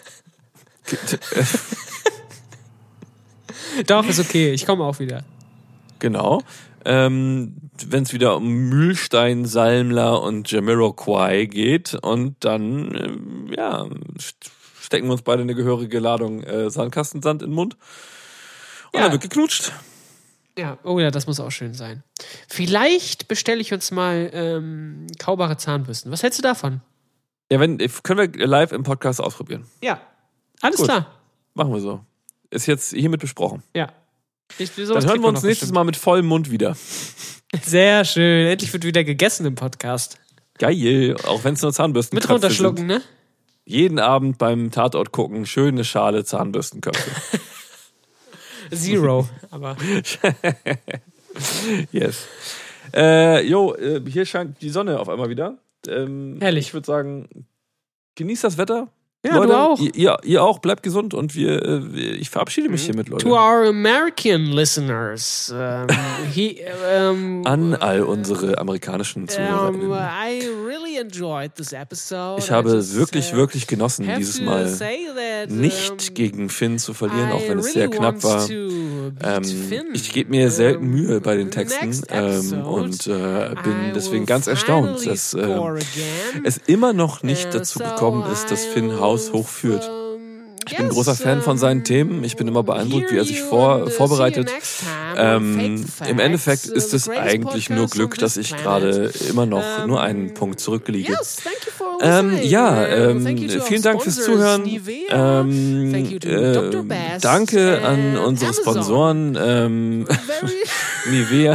Doch, ist okay. Ich komme auch wieder. Genau. Wenn es wieder um Mühlstein, Salmler und Jamiroquai geht und dann, stecken wir uns beide eine gehörige Ladung Sandkastensand in den Mund und dann wird geknutscht. Ja, oh ja, das muss auch schön sein. Vielleicht bestelle ich uns mal kaubare Zahnbürsten. Was hältst du davon? Ja, können wir live im Podcast ausprobieren. Ja. Alles Gut. klar. Machen wir so. Ist jetzt hiermit besprochen. Ja. Dann hören wir uns nächstes Mal mit vollem Mund wieder. Sehr schön. Endlich wird wieder gegessen im Podcast. Geil. Auch wenn es nur Zahnbürsten Mit runterschlucken, ne? Jeden Abend beim Tatort gucken, schöne Schale Zahnbürstenköpfe. Zero. Aber Yes. Hier scheint die Sonne auf einmal wieder. herrlich. Ich würde sagen, genießt das Wetter. Ja, Leute, du auch. Ihr auch, bleibt gesund und ich verabschiede mich hiermit, Leute. To our American listeners, An all unsere amerikanischen ZuhörerInnen. I really enjoyed this episode. Ich habe I just, wirklich, wirklich genossen, have dieses to Mal say that, nicht gegen Finn zu verlieren, auch wenn es I sehr really knapp want war. to beat Finn. Ich gebe mir selten Mühe bei den Texten next episode, und bin I deswegen will ganz erstaunt, finally dass score again. es immer noch nicht dazu So gekommen ist, dass Finn I haushoch führt. Ich bin ein yes, großer Fan von seinen Themen. Ich bin immer beeindruckt, wie er sich vorbereitet. Im Endeffekt ist es eigentlich nur Glück, dass ich gerade immer noch nur einen Punkt zurückliege. Yes, thank you for listening. Thank you to Vielen our Dank fürs sponsors, Zuhören. Nivea. Thank you to Dr. Bass Danke an and unsere Amazon. Sponsoren. Very, Nivea.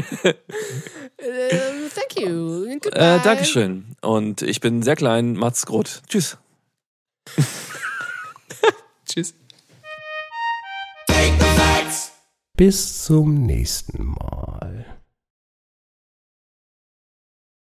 thank you. Goodbye. Dankeschön. Und ich bin sehr klein. Mats Groth. Tschüss. Tschüss. Bis zum nächsten Mal.